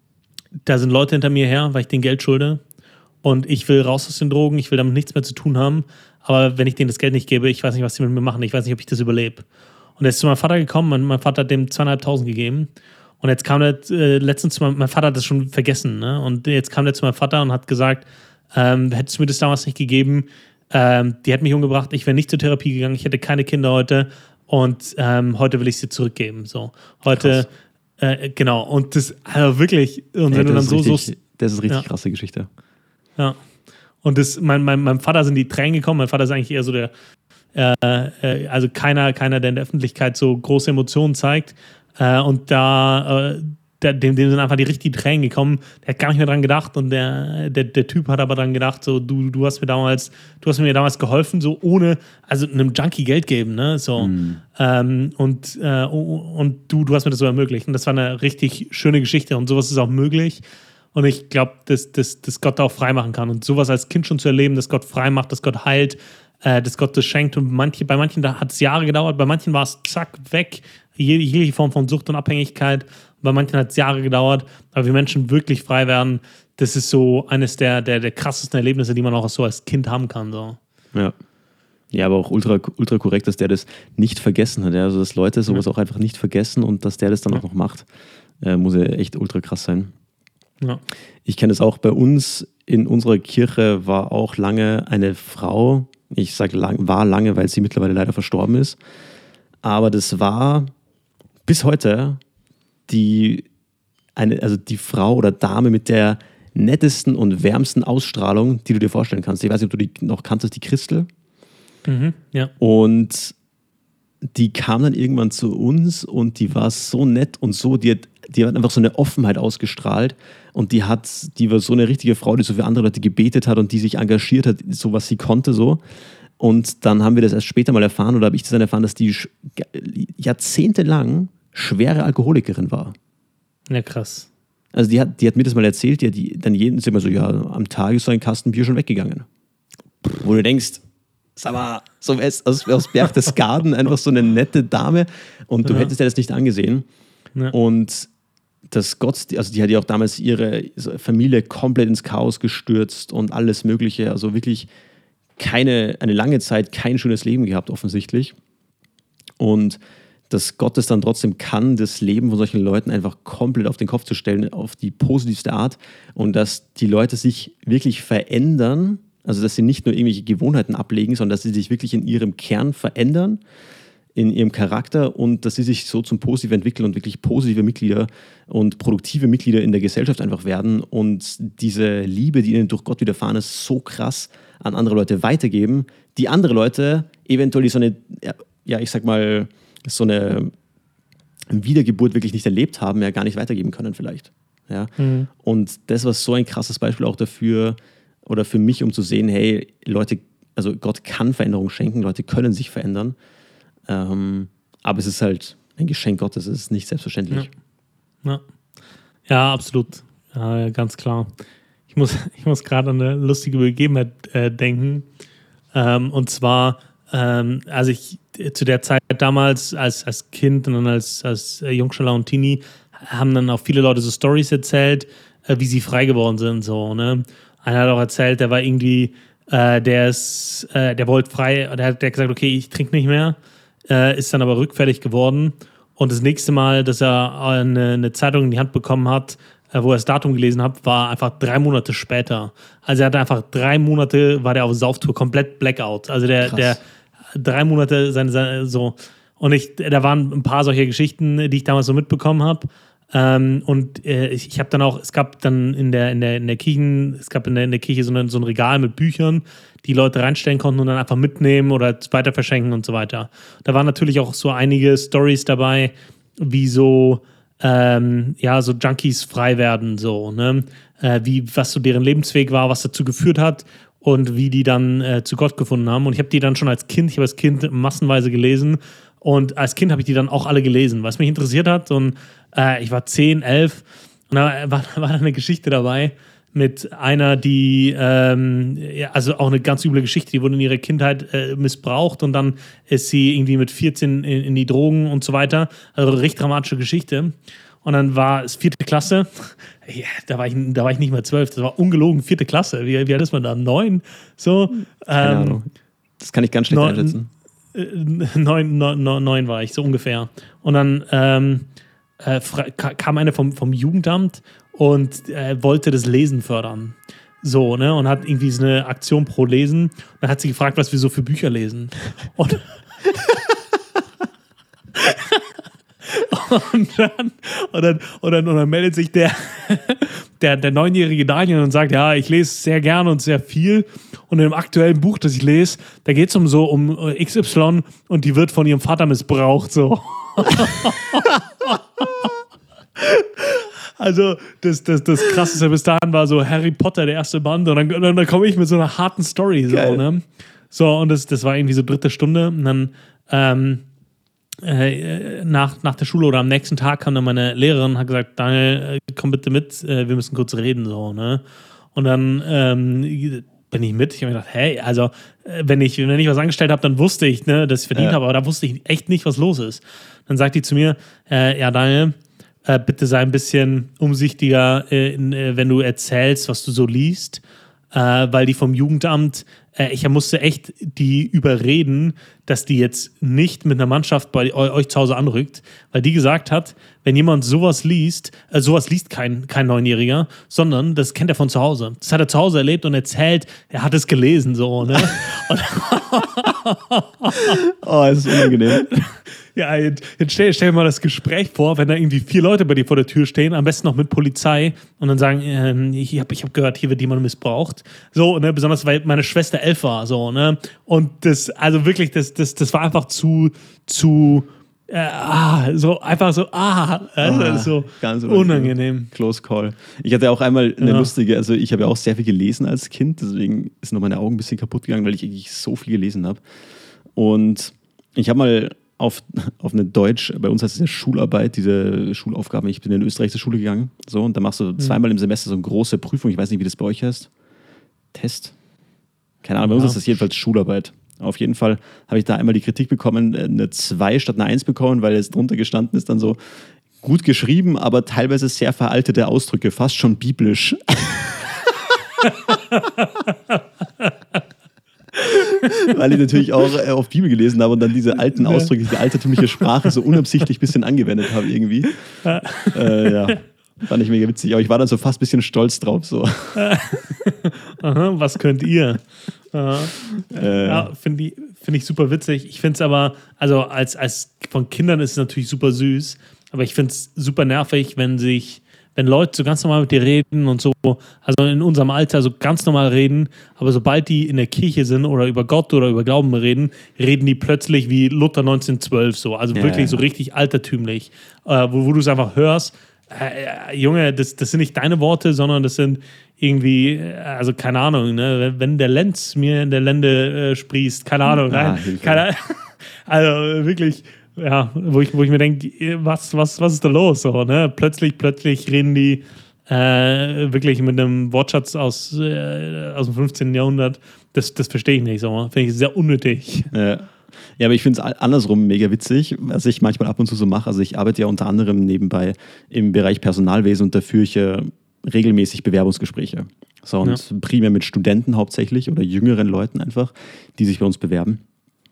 da sind Leute hinter mir her, weil ich denen Geld schulde. Und ich will raus aus den Drogen, ich will damit nichts mehr zu tun haben. Aber wenn ich denen das Geld nicht gebe, ich weiß nicht, was sie mit mir machen. Ich weiß nicht, ob ich das überlebe. Und er ist zu meinem Vater gekommen und mein Vater hat dem zweieinhalbtausend gegeben. Und jetzt kam er äh, letztens zu meinem, mein Vater hat das schon vergessen. Ne? Und jetzt kam er zu meinem Vater und hat gesagt, ähm, hättest du mir das damals nicht gegeben, ähm, die hätten mich umgebracht, ich wäre nicht zur Therapie gegangen, ich hätte keine Kinder heute und ähm, heute will ich sie zurückgeben. So. Heute, äh, genau. Und das, also wirklich, und hey, wenn du dann so, richtig, so. Das ist richtig ja. krasse Geschichte. Ja. Und das, mein, mein, meinem Vater sind die Tränen gekommen. Mein Vater ist eigentlich eher so der, äh, äh, also keiner, keiner, der in der Öffentlichkeit so große Emotionen zeigt. Äh, und da, äh, der, dem, dem sind einfach die richtigen Tränen gekommen. Der hat gar nicht mehr dran gedacht und der, der, der Typ hat aber dran gedacht, so, du, du hast mir damals, du hast mir damals geholfen, so ohne, also einem Junkie Geld geben, ne, so. Mhm. Ähm, und äh, und du, du hast mir das so ermöglicht. Und das war eine richtig schöne Geschichte und sowas ist auch möglich. Und ich glaube, dass, dass, dass Gott da auch frei machen kann. Und sowas als Kind schon zu erleben, dass Gott frei macht, dass Gott heilt, äh, dass Gott das schenkt. Und manche, bei manchen hat es Jahre gedauert, bei manchen war es zack, weg, jede, jede Form von Sucht und Abhängigkeit. Bei manchen hat es Jahre gedauert, aber wir Menschen wirklich frei werden, das ist so eines der, der, der krassesten Erlebnisse, die man auch so als Kind haben kann. So. Ja. Ja, aber auch ultra, ultra korrekt, dass der das nicht vergessen hat. Ja? Also, dass Leute sowas ja. auch einfach nicht vergessen und dass der das dann ja. auch noch macht, äh, muss ja echt ultra krass sein. Ja. Ich kenne es auch bei uns in unserer Kirche, war auch lange eine Frau, ich sage lang, war lange, weil sie mittlerweile leider verstorben ist, aber das war bis heute die, eine, also die Frau oder Dame mit der nettesten und wärmsten Ausstrahlung, die du dir vorstellen kannst. Ich weiß nicht, ob du die noch kanntest, die Christel. Mhm, ja. Und die kam dann irgendwann zu uns und die war so nett und so, die hat, die hat einfach so eine Offenheit ausgestrahlt und die hat, die war so eine richtige Frau, die so für andere Leute gebetet hat und die sich engagiert hat, so was sie konnte so. Und dann haben wir das erst später mal erfahren oder habe ich das dann erfahren, dass die jahrzehntelang schwere Alkoholikerin war. Ja, krass. Also die hat, die hat mir das mal erzählt, die hat die, dann jeden, ist immer so, ja, am Tag ist so ein Kasten Bier schon weggegangen. Wo du denkst, sag mal, so aus, aus Berchtesgaden einfach so eine nette Dame und du ja. hättest dir das nicht angesehen. Ja. Und das Gott, also die hat ja auch damals ihre Familie komplett ins Chaos gestürzt und alles Mögliche, also wirklich keine, eine lange Zeit kein schönes Leben gehabt offensichtlich. Und dass Gott es dann trotzdem kann, das Leben von solchen Leuten einfach komplett auf den Kopf zu stellen, auf die positivste Art und dass die Leute sich wirklich verändern, also dass sie nicht nur irgendwelche Gewohnheiten ablegen, sondern dass sie sich wirklich in ihrem Kern verändern, in ihrem Charakter und dass sie sich so zum Positiven entwickeln und wirklich positive Mitglieder und produktive Mitglieder in der Gesellschaft einfach werden und diese Liebe, die ihnen durch Gott widerfahren ist, so krass an andere Leute weitergeben, die andere Leute eventuell so eine, ja, ich sag mal, so eine Wiedergeburt wirklich nicht erlebt haben, ja gar nicht weitergeben können vielleicht. Ja? Mhm. Und das war so ein krasses Beispiel auch dafür oder für mich, um zu sehen, hey, Leute, also Gott kann Veränderung schenken, Leute können sich verändern, ähm, aber es ist halt ein Geschenk Gottes, es ist nicht selbstverständlich. Ja, ja. ja absolut, ja, ganz klar. Ich muss, ich muss gerade an eine lustige Begebenheit äh, denken, ähm, und zwar, ähm, also ich zu der Zeit damals als, als Kind und dann als, als Jungschüler und Teenie haben dann auch viele Leute so Storys erzählt, äh, wie sie frei geworden sind. So, ne? Einer hat auch erzählt, der war irgendwie, äh, der ist, äh, der wollte frei, der hat der gesagt, okay, ich trinke nicht mehr, äh, ist dann aber rückfällig geworden. Und das nächste Mal, dass er eine, eine Zeitung in die Hand bekommen hat, äh, wo er das Datum gelesen hat, war einfach drei Monate später. Also er hatte einfach drei Monate, war der auf Sauftour, komplett Blackout. Also der, der drei Monate seine, seine, so. Und ich, da waren ein paar solcher Geschichten, die ich damals so mitbekommen habe. Ähm, und äh, ich, ich habe dann auch, es gab dann in der, in der, in der Kirche, es gab in der, in der Kirche so, eine, so ein Regal mit Büchern, die Leute reinstellen konnten und dann einfach mitnehmen oder weiter verschenken und so weiter. Da waren natürlich auch so einige Storys dabei, wie so, ähm, ja, so Junkies frei werden, so, ne? Äh, wie, was so deren Lebensweg war, was dazu geführt hat und wie die dann äh, zu Gott gefunden haben. Und ich habe die dann schon als Kind, ich habe als Kind massenweise gelesen und als Kind habe ich die dann auch alle gelesen, was mich interessiert hat. Und äh, ich war zehn, elf und da war, war eine Geschichte dabei mit einer, die, ähm, ja, also auch eine ganz üble Geschichte, die wurde in ihrer Kindheit äh, missbraucht und dann ist sie irgendwie mit vierzehn in, in die Drogen und so weiter. Also eine richtig dramatische Geschichte. Und dann war es vierte Klasse. Ja, da, war ich, da war ich nicht mehr zwölf. Das war ungelogen vierte Klasse. Wie, wie alt ist man da? Neun? So. Keine ähm, Ahnung. Das kann ich ganz schlecht neun, einschätzen. Äh, neun, neun, neun war ich, so ungefähr. Und dann ähm, äh, kam eine vom, vom Jugendamt und äh, wollte das Lesen fördern. So, ne? Und hat irgendwie so eine Aktion pro Lesen. Und dann hat sie gefragt, was wir so für Bücher lesen. Und Und dann, und, dann, und, dann, und dann meldet sich der, der, der neunjährige Daniel und sagt, ja, ich lese sehr gerne und sehr viel. Und in dem aktuellen Buch, das ich lese, da geht es um so um X Y und die wird von ihrem Vater missbraucht. So. Also das, das, das Krasseste bis dahin war so Harry Potter, der erste Band. Und dann, dann, dann komme ich mit so einer harten Story. So, ne? So, und das, das war irgendwie so dritte Stunde. Und dann ähm, äh, nach, nach der Schule oder am nächsten Tag kam dann meine Lehrerin und hat gesagt, Daniel, komm bitte mit, äh, wir müssen kurz reden. So, ne? Und dann ähm, bin ich mit. Ich habe mir gedacht, hey, also wenn ich, wenn ich was angestellt habe, dann wusste ich, ne, dass ich verdient ja. habe, aber da wusste ich echt nicht, was los ist. Dann sagt die zu mir, äh, ja Daniel, äh, bitte sei ein bisschen umsichtiger, äh, in, äh, wenn du erzählst, was du so liest, äh, weil die vom Jugendamt, äh, ich musste echt die überreden, dass die jetzt nicht mit einer Mannschaft bei euch zu Hause anrückt, weil die gesagt hat, wenn jemand sowas liest, äh, sowas liest kein, kein Neunjähriger, sondern das kennt er von zu Hause. Das hat er zu Hause erlebt und erzählt, er hat es gelesen, so, ne? Oh, es ist unangenehm. Ja, jetzt, jetzt stell, stell dir mal das Gespräch vor, wenn da irgendwie vier Leute bei dir vor der Tür stehen, am besten noch mit Polizei und dann sagen, ähm, ich habe ich hab gehört, hier wird jemand missbraucht. So, ne, besonders weil meine Schwester elf war, so, ne? Und das, also wirklich, das, das, das war einfach zu, zu, äh, ah, so, einfach so, ah, also ah so ganz unangenehm. Close Call. Ich hatte auch einmal eine ja. lustige, also ich habe ja auch sehr viel gelesen als Kind, deswegen ist noch meine Augen ein bisschen kaputt gegangen, weil ich eigentlich so viel gelesen habe. Und ich habe mal auf, auf eine Deutsch, bei uns heißt es ja Schularbeit, diese Schulaufgaben, ich bin in Österreich zur Schule gegangen, so, und da machst du zweimal im Semester so eine große Prüfung, ich weiß nicht, wie das bei euch heißt. Test? Keine Ahnung, bei uns ja. ist das jedenfalls Schularbeit. Auf jeden Fall habe ich da einmal die Kritik bekommen, eine zwei statt eine eins bekommen, weil es drunter gestanden ist, dann so gut geschrieben, aber teilweise sehr veraltete Ausdrücke, fast schon biblisch. Weil ich natürlich auch äh, auf Bibel gelesen habe und dann diese alten Ausdrücke, diese altertümliche Sprache so unabsichtlich ein bisschen angewendet habe irgendwie. Äh, ja, fand ich mega witzig. Aber ich war dann so fast ein bisschen stolz drauf. So. Aha, was könnt ihr? Äh, ja, finde ich, find ich super witzig. Ich finde es aber, also als, als von Kindern ist es natürlich super süß, aber ich finde es super nervig, wenn sich wenn Leute so ganz normal mit dir reden und so, also in unserem Alter so ganz normal reden, aber sobald die in der Kirche sind oder über Gott oder über Glauben reden, reden die plötzlich wie Luther neunzehnhundertzwölf so, also ja, wirklich ja. so richtig altertümlich, äh, wo, wo du es einfach hörst, äh, Junge, das, das sind nicht deine Worte, sondern das sind irgendwie, also keine Ahnung, ne? Wenn der Lenz mir in der Lende äh, sprießt, keine Ahnung, nein, ah, keine, also wirklich. Ja, wo ich, wo ich mir denke, was, was, was ist da los? So, ne? Plötzlich, plötzlich reden die äh, wirklich mit einem Wortschatz aus, äh, aus dem fünfzehnten Jahrhundert. Das, das verstehe ich nicht so. Finde ich sehr unnötig. Ja. Ja, aber ich finde es andersrum mega witzig, was ich manchmal ab und zu so mache. Also ich arbeite ja unter anderem nebenbei im Bereich Personalwesen und da führe ich ja regelmäßig Bewerbungsgespräche. So, und ja. primär mit Studenten hauptsächlich oder jüngeren Leuten einfach, die sich bei uns bewerben.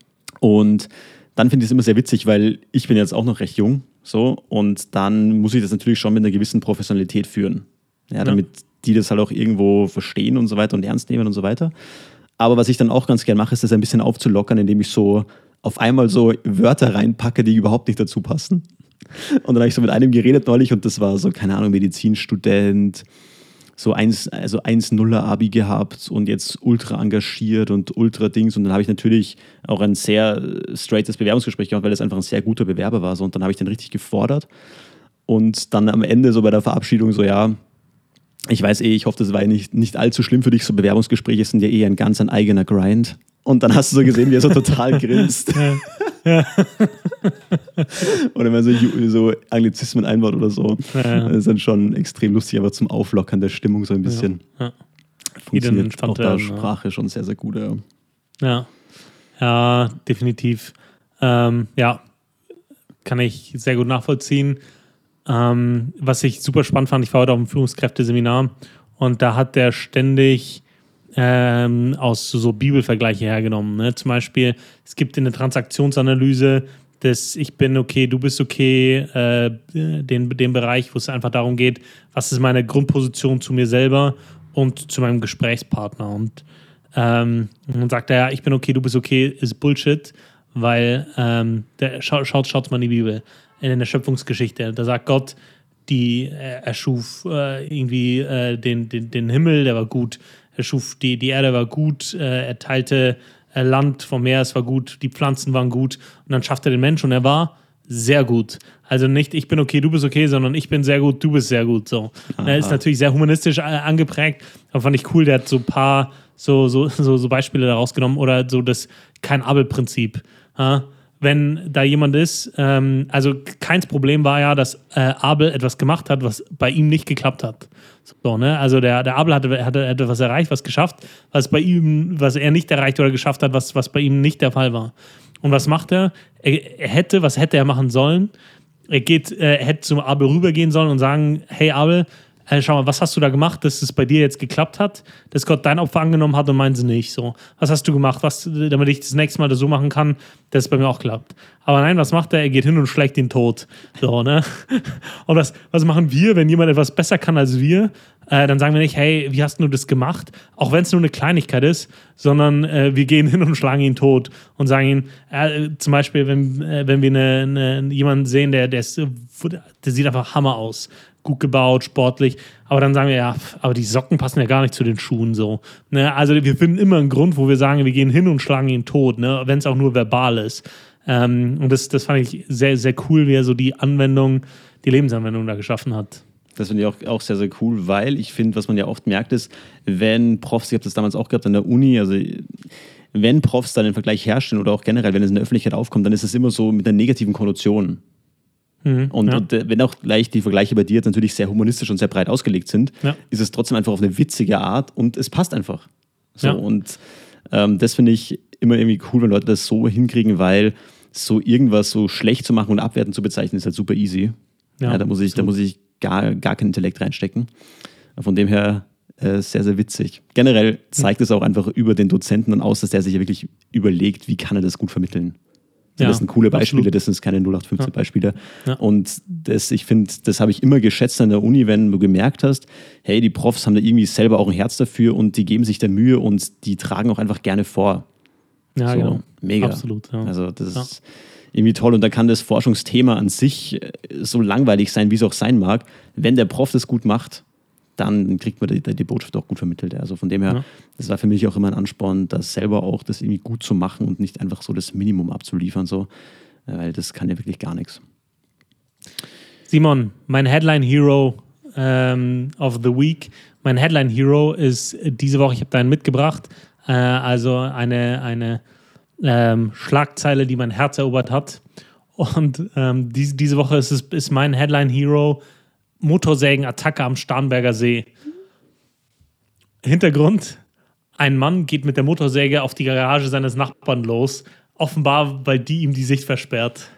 Und dann finde ich es immer sehr witzig, weil ich bin jetzt auch noch recht jung, so, und dann muss ich das natürlich schon mit einer gewissen Professionalität führen. Ja, damit ja. die das halt auch irgendwo verstehen und so weiter und ernst nehmen und so weiter. Aber was ich dann auch ganz gern mache, ist das ein bisschen aufzulockern, indem ich so auf einmal so Wörter reinpacke, die überhaupt nicht dazu passen. Und dann habe ich so mit einem geredet neulich und das war so, keine Ahnung, Medizinstudent, so eins, also eins Nuller Abi gehabt und jetzt ultra engagiert und ultra Dings. Und dann habe ich natürlich auch ein sehr straightes Bewerbungsgespräch gemacht, weil das einfach ein sehr guter Bewerber war. So. Und dann habe ich den richtig gefordert. Und dann am Ende so bei der Verabschiedung so, ja, ich weiß eh, ich hoffe, das war nicht, nicht allzu schlimm für dich. So Bewerbungsgespräche sind ja eh ein ganz ein eigener Grind. Und dann hast du so gesehen, wie er so total grinst. Ja. Ja. Oder wenn man so, so Anglizismen einbaut oder so. Ja, ja. Das ist dann schon extrem lustig, aber zum Auflockern der Stimmung so ein bisschen. Ja, ja. Funktioniert auch da Sprache ja. schon sehr, sehr gut. Ja, ja, ja definitiv. Ähm, ja, kann ich sehr gut nachvollziehen. Ähm, was ich super spannend fand, ich war heute auf einem Führungskräfteseminar und da hat der ständig Ähm, aus so, so Bibelvergleiche hergenommen. Ne? Zum Beispiel, es gibt in der Transaktionsanalyse das Ich bin okay, du bist okay, äh, den, den Bereich, wo es einfach darum geht, was ist meine Grundposition zu mir selber und zu meinem Gesprächspartner. Und ähm, dann sagt er, ja, ich bin okay, du bist okay, ist Bullshit, weil ähm, der, schaut, schaut, schaut mal in die Bibel, in der Schöpfungsgeschichte, da sagt Gott, die, er, er schuf äh, irgendwie äh, den, den, den Himmel, der war gut. Er schuf die, die Erde war gut, äh, er teilte äh, Land vom Meer, es war gut, die Pflanzen waren gut und dann schafft er den Mensch und er war sehr gut. Also nicht, ich bin okay, du bist okay, sondern ich bin sehr gut, du bist sehr gut. So. Er ist natürlich sehr humanistisch angeprägt, aber fand ich cool, der hat so ein paar so, so, so, so Beispiele daraus genommen oder so das Kein-Abel-Prinzip. Ja? Wenn da jemand ist, ähm, also keins Problem war ja, dass äh, Abel etwas gemacht hat, was bei ihm nicht geklappt hat. So, ne? Also der, der Abel hatte, hatte etwas erreicht, was geschafft, was bei ihm, was er nicht erreicht oder geschafft hat, was, was bei ihm nicht der Fall war. Und was macht er? Er, er hätte, was hätte er machen sollen? Er geht, äh, er hätte zum Abel rübergehen sollen und sagen, hey Abel, äh, schau mal, was hast du da gemacht, dass es bei dir jetzt geklappt hat, dass Gott dein Opfer angenommen hat und meinen sie nicht. So, was hast du gemacht, was, damit ich das nächste Mal das so machen kann, dass es bei mir auch klappt. Aber nein, was macht er? Er geht hin und schlägt ihn tot. So, ne? Und was, was machen wir, wenn jemand etwas besser kann als wir? Äh, dann sagen wir nicht, hey, wie hast du das gemacht? Auch wenn es nur eine Kleinigkeit ist, sondern äh, wir gehen hin und schlagen ihn tot und sagen ihm, äh, zum Beispiel, wenn, äh, wenn wir eine, eine, jemanden sehen, der, der, ist, der sieht einfach Hammer aus. Gut gebaut, sportlich, aber dann sagen wir, ja, aber die Socken passen ja gar nicht zu den Schuhen so. Ne? Also wir finden immer einen Grund, wo wir sagen, wir gehen hin und schlagen ihn tot, ne? Wenn es auch nur verbal ist. Ähm, und das, das fand ich sehr, sehr cool, wie er so die Anwendung, die Lebensanwendung da geschaffen hat. Das finde ich auch, auch sehr, sehr cool, weil ich finde, was man ja oft merkt ist, wenn Profs, ich habe das damals auch gehabt an der Uni, also wenn Profs dann den Vergleich herstellen oder auch generell, wenn es in der Öffentlichkeit aufkommt, dann ist es immer so mit einer negativen Konnotation. Mhm, und, ja. und wenn auch gleich die Vergleiche bei dir jetzt natürlich sehr humanistisch und sehr breit ausgelegt sind, ja. ist es trotzdem einfach auf eine witzige Art und es passt einfach. So, ja. Und ähm, das finde ich immer irgendwie cool, wenn Leute das so hinkriegen, weil so irgendwas so schlecht zu machen und abwertend zu bezeichnen, ist halt super easy. Ja, ja, da muss ich, da muss ich gar, gar kein Intellekt reinstecken. Von dem her äh, sehr, sehr witzig. Generell zeigt es auch einfach über den Dozenten dann aus, dass der sich ja wirklich überlegt, wie kann er das gut vermitteln. Ja, das sind coole Beispiele, absolut. Das sind keine null acht fünfzehn ja. Beispiele. Ja. Und das, ich finde, das habe ich immer geschätzt an der Uni, wenn du gemerkt hast, hey, die Profs haben da irgendwie selber auch ein Herz dafür und die geben sich da Mühe und die tragen auch einfach gerne vor. Ja, so, genau. Mega. Absolut. Ja. Also das ja. ist irgendwie toll und da kann das Forschungsthema an sich so langweilig sein, wie es auch sein mag. Wenn der Prof das gut macht, dann kriegt man die, die Botschaft auch gut vermittelt. Also von dem her, ja. das war für mich auch immer ein Ansporn, das selber auch das irgendwie gut zu machen und nicht einfach so das Minimum abzuliefern, so, weil das kann ja wirklich gar nichts. Simon, mein Headline Hero ähm, of the Week. Mein Headline Hero ist diese Woche, ich habe deinen mitgebracht, äh, also eine, eine ähm, Schlagzeile, die mein Herz erobert hat. Und ähm, die, diese Woche ist, es, ist mein Headline Hero Motorsägenattacke am Starnberger See. Hintergrund: Ein Mann geht mit der Motorsäge auf die Garage seines Nachbarn los, offenbar, weil die ihm die Sicht versperrt.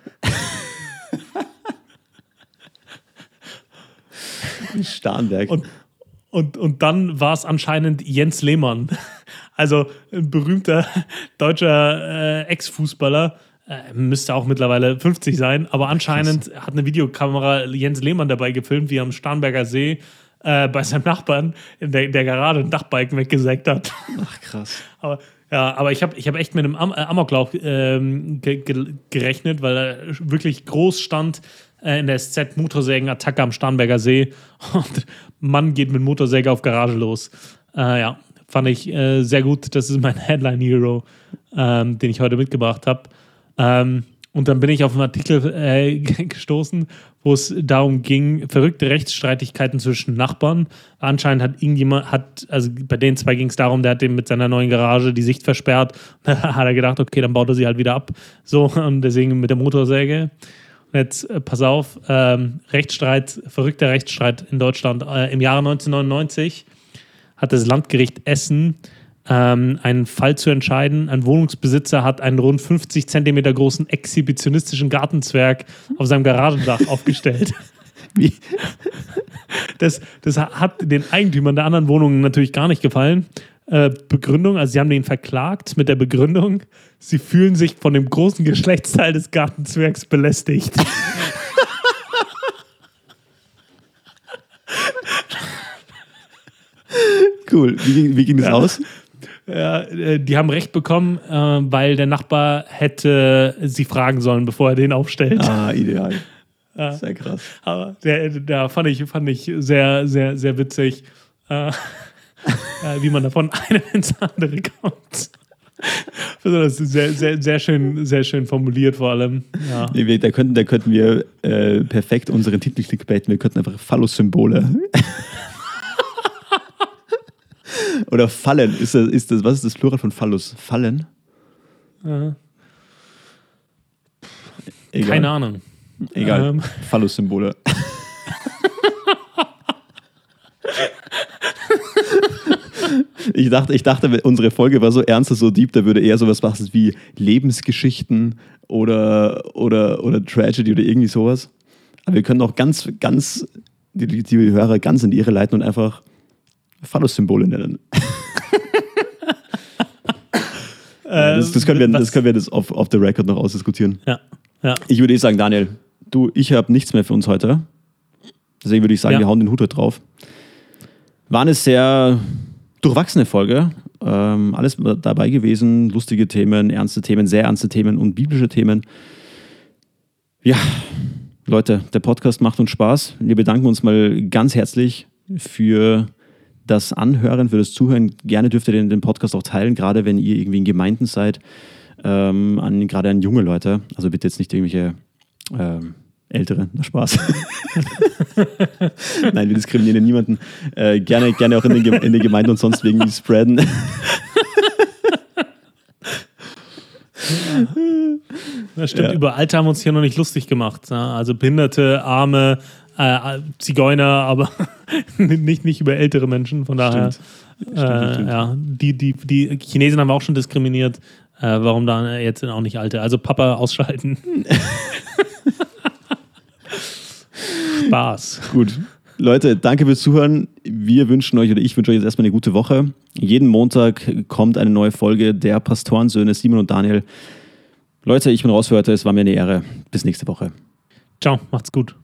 Starnberg. Und, und, und dann war es anscheinend Jens Lehmann, also ein berühmter deutscher äh, Ex-Fußballer. Äh, müsste auch mittlerweile fünfzig sein, aber anscheinend Krass. Hat eine Videokamera Jens Lehmann dabei gefilmt, wie er am Starnberger See äh, bei seinem Nachbarn in der, der Garage einen Dachbalken weggesägt hat. Ach, krass. aber, ja, aber ich habe ich hab echt mit einem Am- Amoklauf ähm, ge- ge- gerechnet, weil er wirklich groß stand äh, in der S Z Motorsägenattacke am Starnberger See und Mann geht mit Motorsäge auf Garage los. Äh, ja, fand ich äh, sehr gut. Das ist mein Headline-Hero, ähm, den ich heute mitgebracht habe. Ähm, und dann bin ich auf einen Artikel äh, gestoßen, wo es darum ging, verrückte Rechtsstreitigkeiten zwischen Nachbarn. Anscheinend hat irgendjemand, hat, also bei den zwei ging es darum, der hat dem mit seiner neuen Garage die Sicht versperrt. Da hat er gedacht, okay, dann baut er sie halt wieder ab. So, und deswegen mit der Motorsäge. Und jetzt, äh, pass auf, ähm, Rechtsstreit, verrückter Rechtsstreit in Deutschland. Äh, Im Jahre neunzehnhundertneunundneunzig hat das Landgericht Essen ähm, einen Fall zu entscheiden. Ein Wohnungsbesitzer hat einen rund fünfzig Zentimeter großen exhibitionistischen Gartenzwerg auf seinem Garagendach aufgestellt. Wie? Das, das hat den Eigentümern der anderen Wohnungen natürlich gar nicht gefallen. Äh, Begründung, also sie haben den verklagt mit der Begründung, sie fühlen sich von dem großen Geschlechtsteil des Gartenzwergs belästigt. Cool. Wie ging, wie ging das ja. aus? Ja, die haben Recht bekommen, äh, weil der Nachbar hätte sie fragen sollen, bevor er den aufstellt. Ah, ideal. Ja. Sehr krass. Aber der, der fand ich, fand ich sehr, sehr, sehr witzig, äh, wie man da von einem ins andere kommt. Besonders sehr, sehr, sehr, schön, sehr schön formuliert vor allem. Ja. Da, könnten, da könnten wir äh, perfekt unseren Titel clickbaiten. Wir könnten einfach Phallus-Symbole. Oder Fallen. Ist das, ist das, was ist das Plural von Phallus? Fallen? Ja. Keine Ahnung. Egal. Ähm. Phallus-Symbole. Ich dachte, ich dachte, unsere Folge war so ernst und so deep, da würde eher sowas machen wie Lebensgeschichten oder, oder, oder Tragedy oder irgendwie sowas. Aber wir können auch ganz, ganz die, die Hörer ganz in die Irre leiten und einfach Phallus-Symbole nennen. ja, das, das können wir, das, können wir das off, off the record noch ausdiskutieren. Ja, ja. Ich würde eh sagen, Daniel, du, ich habe nichts mehr für uns heute. Deswegen würde ich sagen, ja. wir hauen den Hut heute drauf. War eine sehr durchwachsene Folge. Ähm, alles dabei gewesen. Lustige Themen, ernste Themen, sehr ernste Themen und biblische Themen. Ja, Leute, der Podcast macht uns Spaß. Wir bedanken uns mal ganz herzlich für das Anhören, für das Zuhören. Gerne dürft ihr den, den Podcast auch teilen, gerade wenn ihr irgendwie in Gemeinden seid. Ähm, an, gerade an junge Leute. Also bitte jetzt nicht irgendwelche ähm, Ältere, na Spaß. Nein, wir diskriminieren niemanden. Äh, gerne, gerne auch in den, in den Gemeinden und sonst irgendwie spreaden. Ja. Das stimmt, ja. Über Alte haben wir uns hier noch nicht lustig gemacht. Also Behinderte, Arme, äh, Zigeuner, aber nicht, nicht über ältere Menschen. Von daher, stimmt. Äh, stimmt, stimmt. Ja, die, die, die Chinesen haben wir auch schon diskriminiert. Äh, warum dann jetzt auch nicht Alte? Also Papa ausschalten. Spaß. Gut. Leute, danke fürs Zuhören. Wir wünschen euch, oder ich wünsche euch jetzt erstmal eine gute Woche. Jeden Montag kommt eine neue Folge der Pastorensöhne Simon und Daniel. Leute, ich bin raus für heute. Es war mir eine Ehre. Bis nächste Woche. Ciao, macht's gut.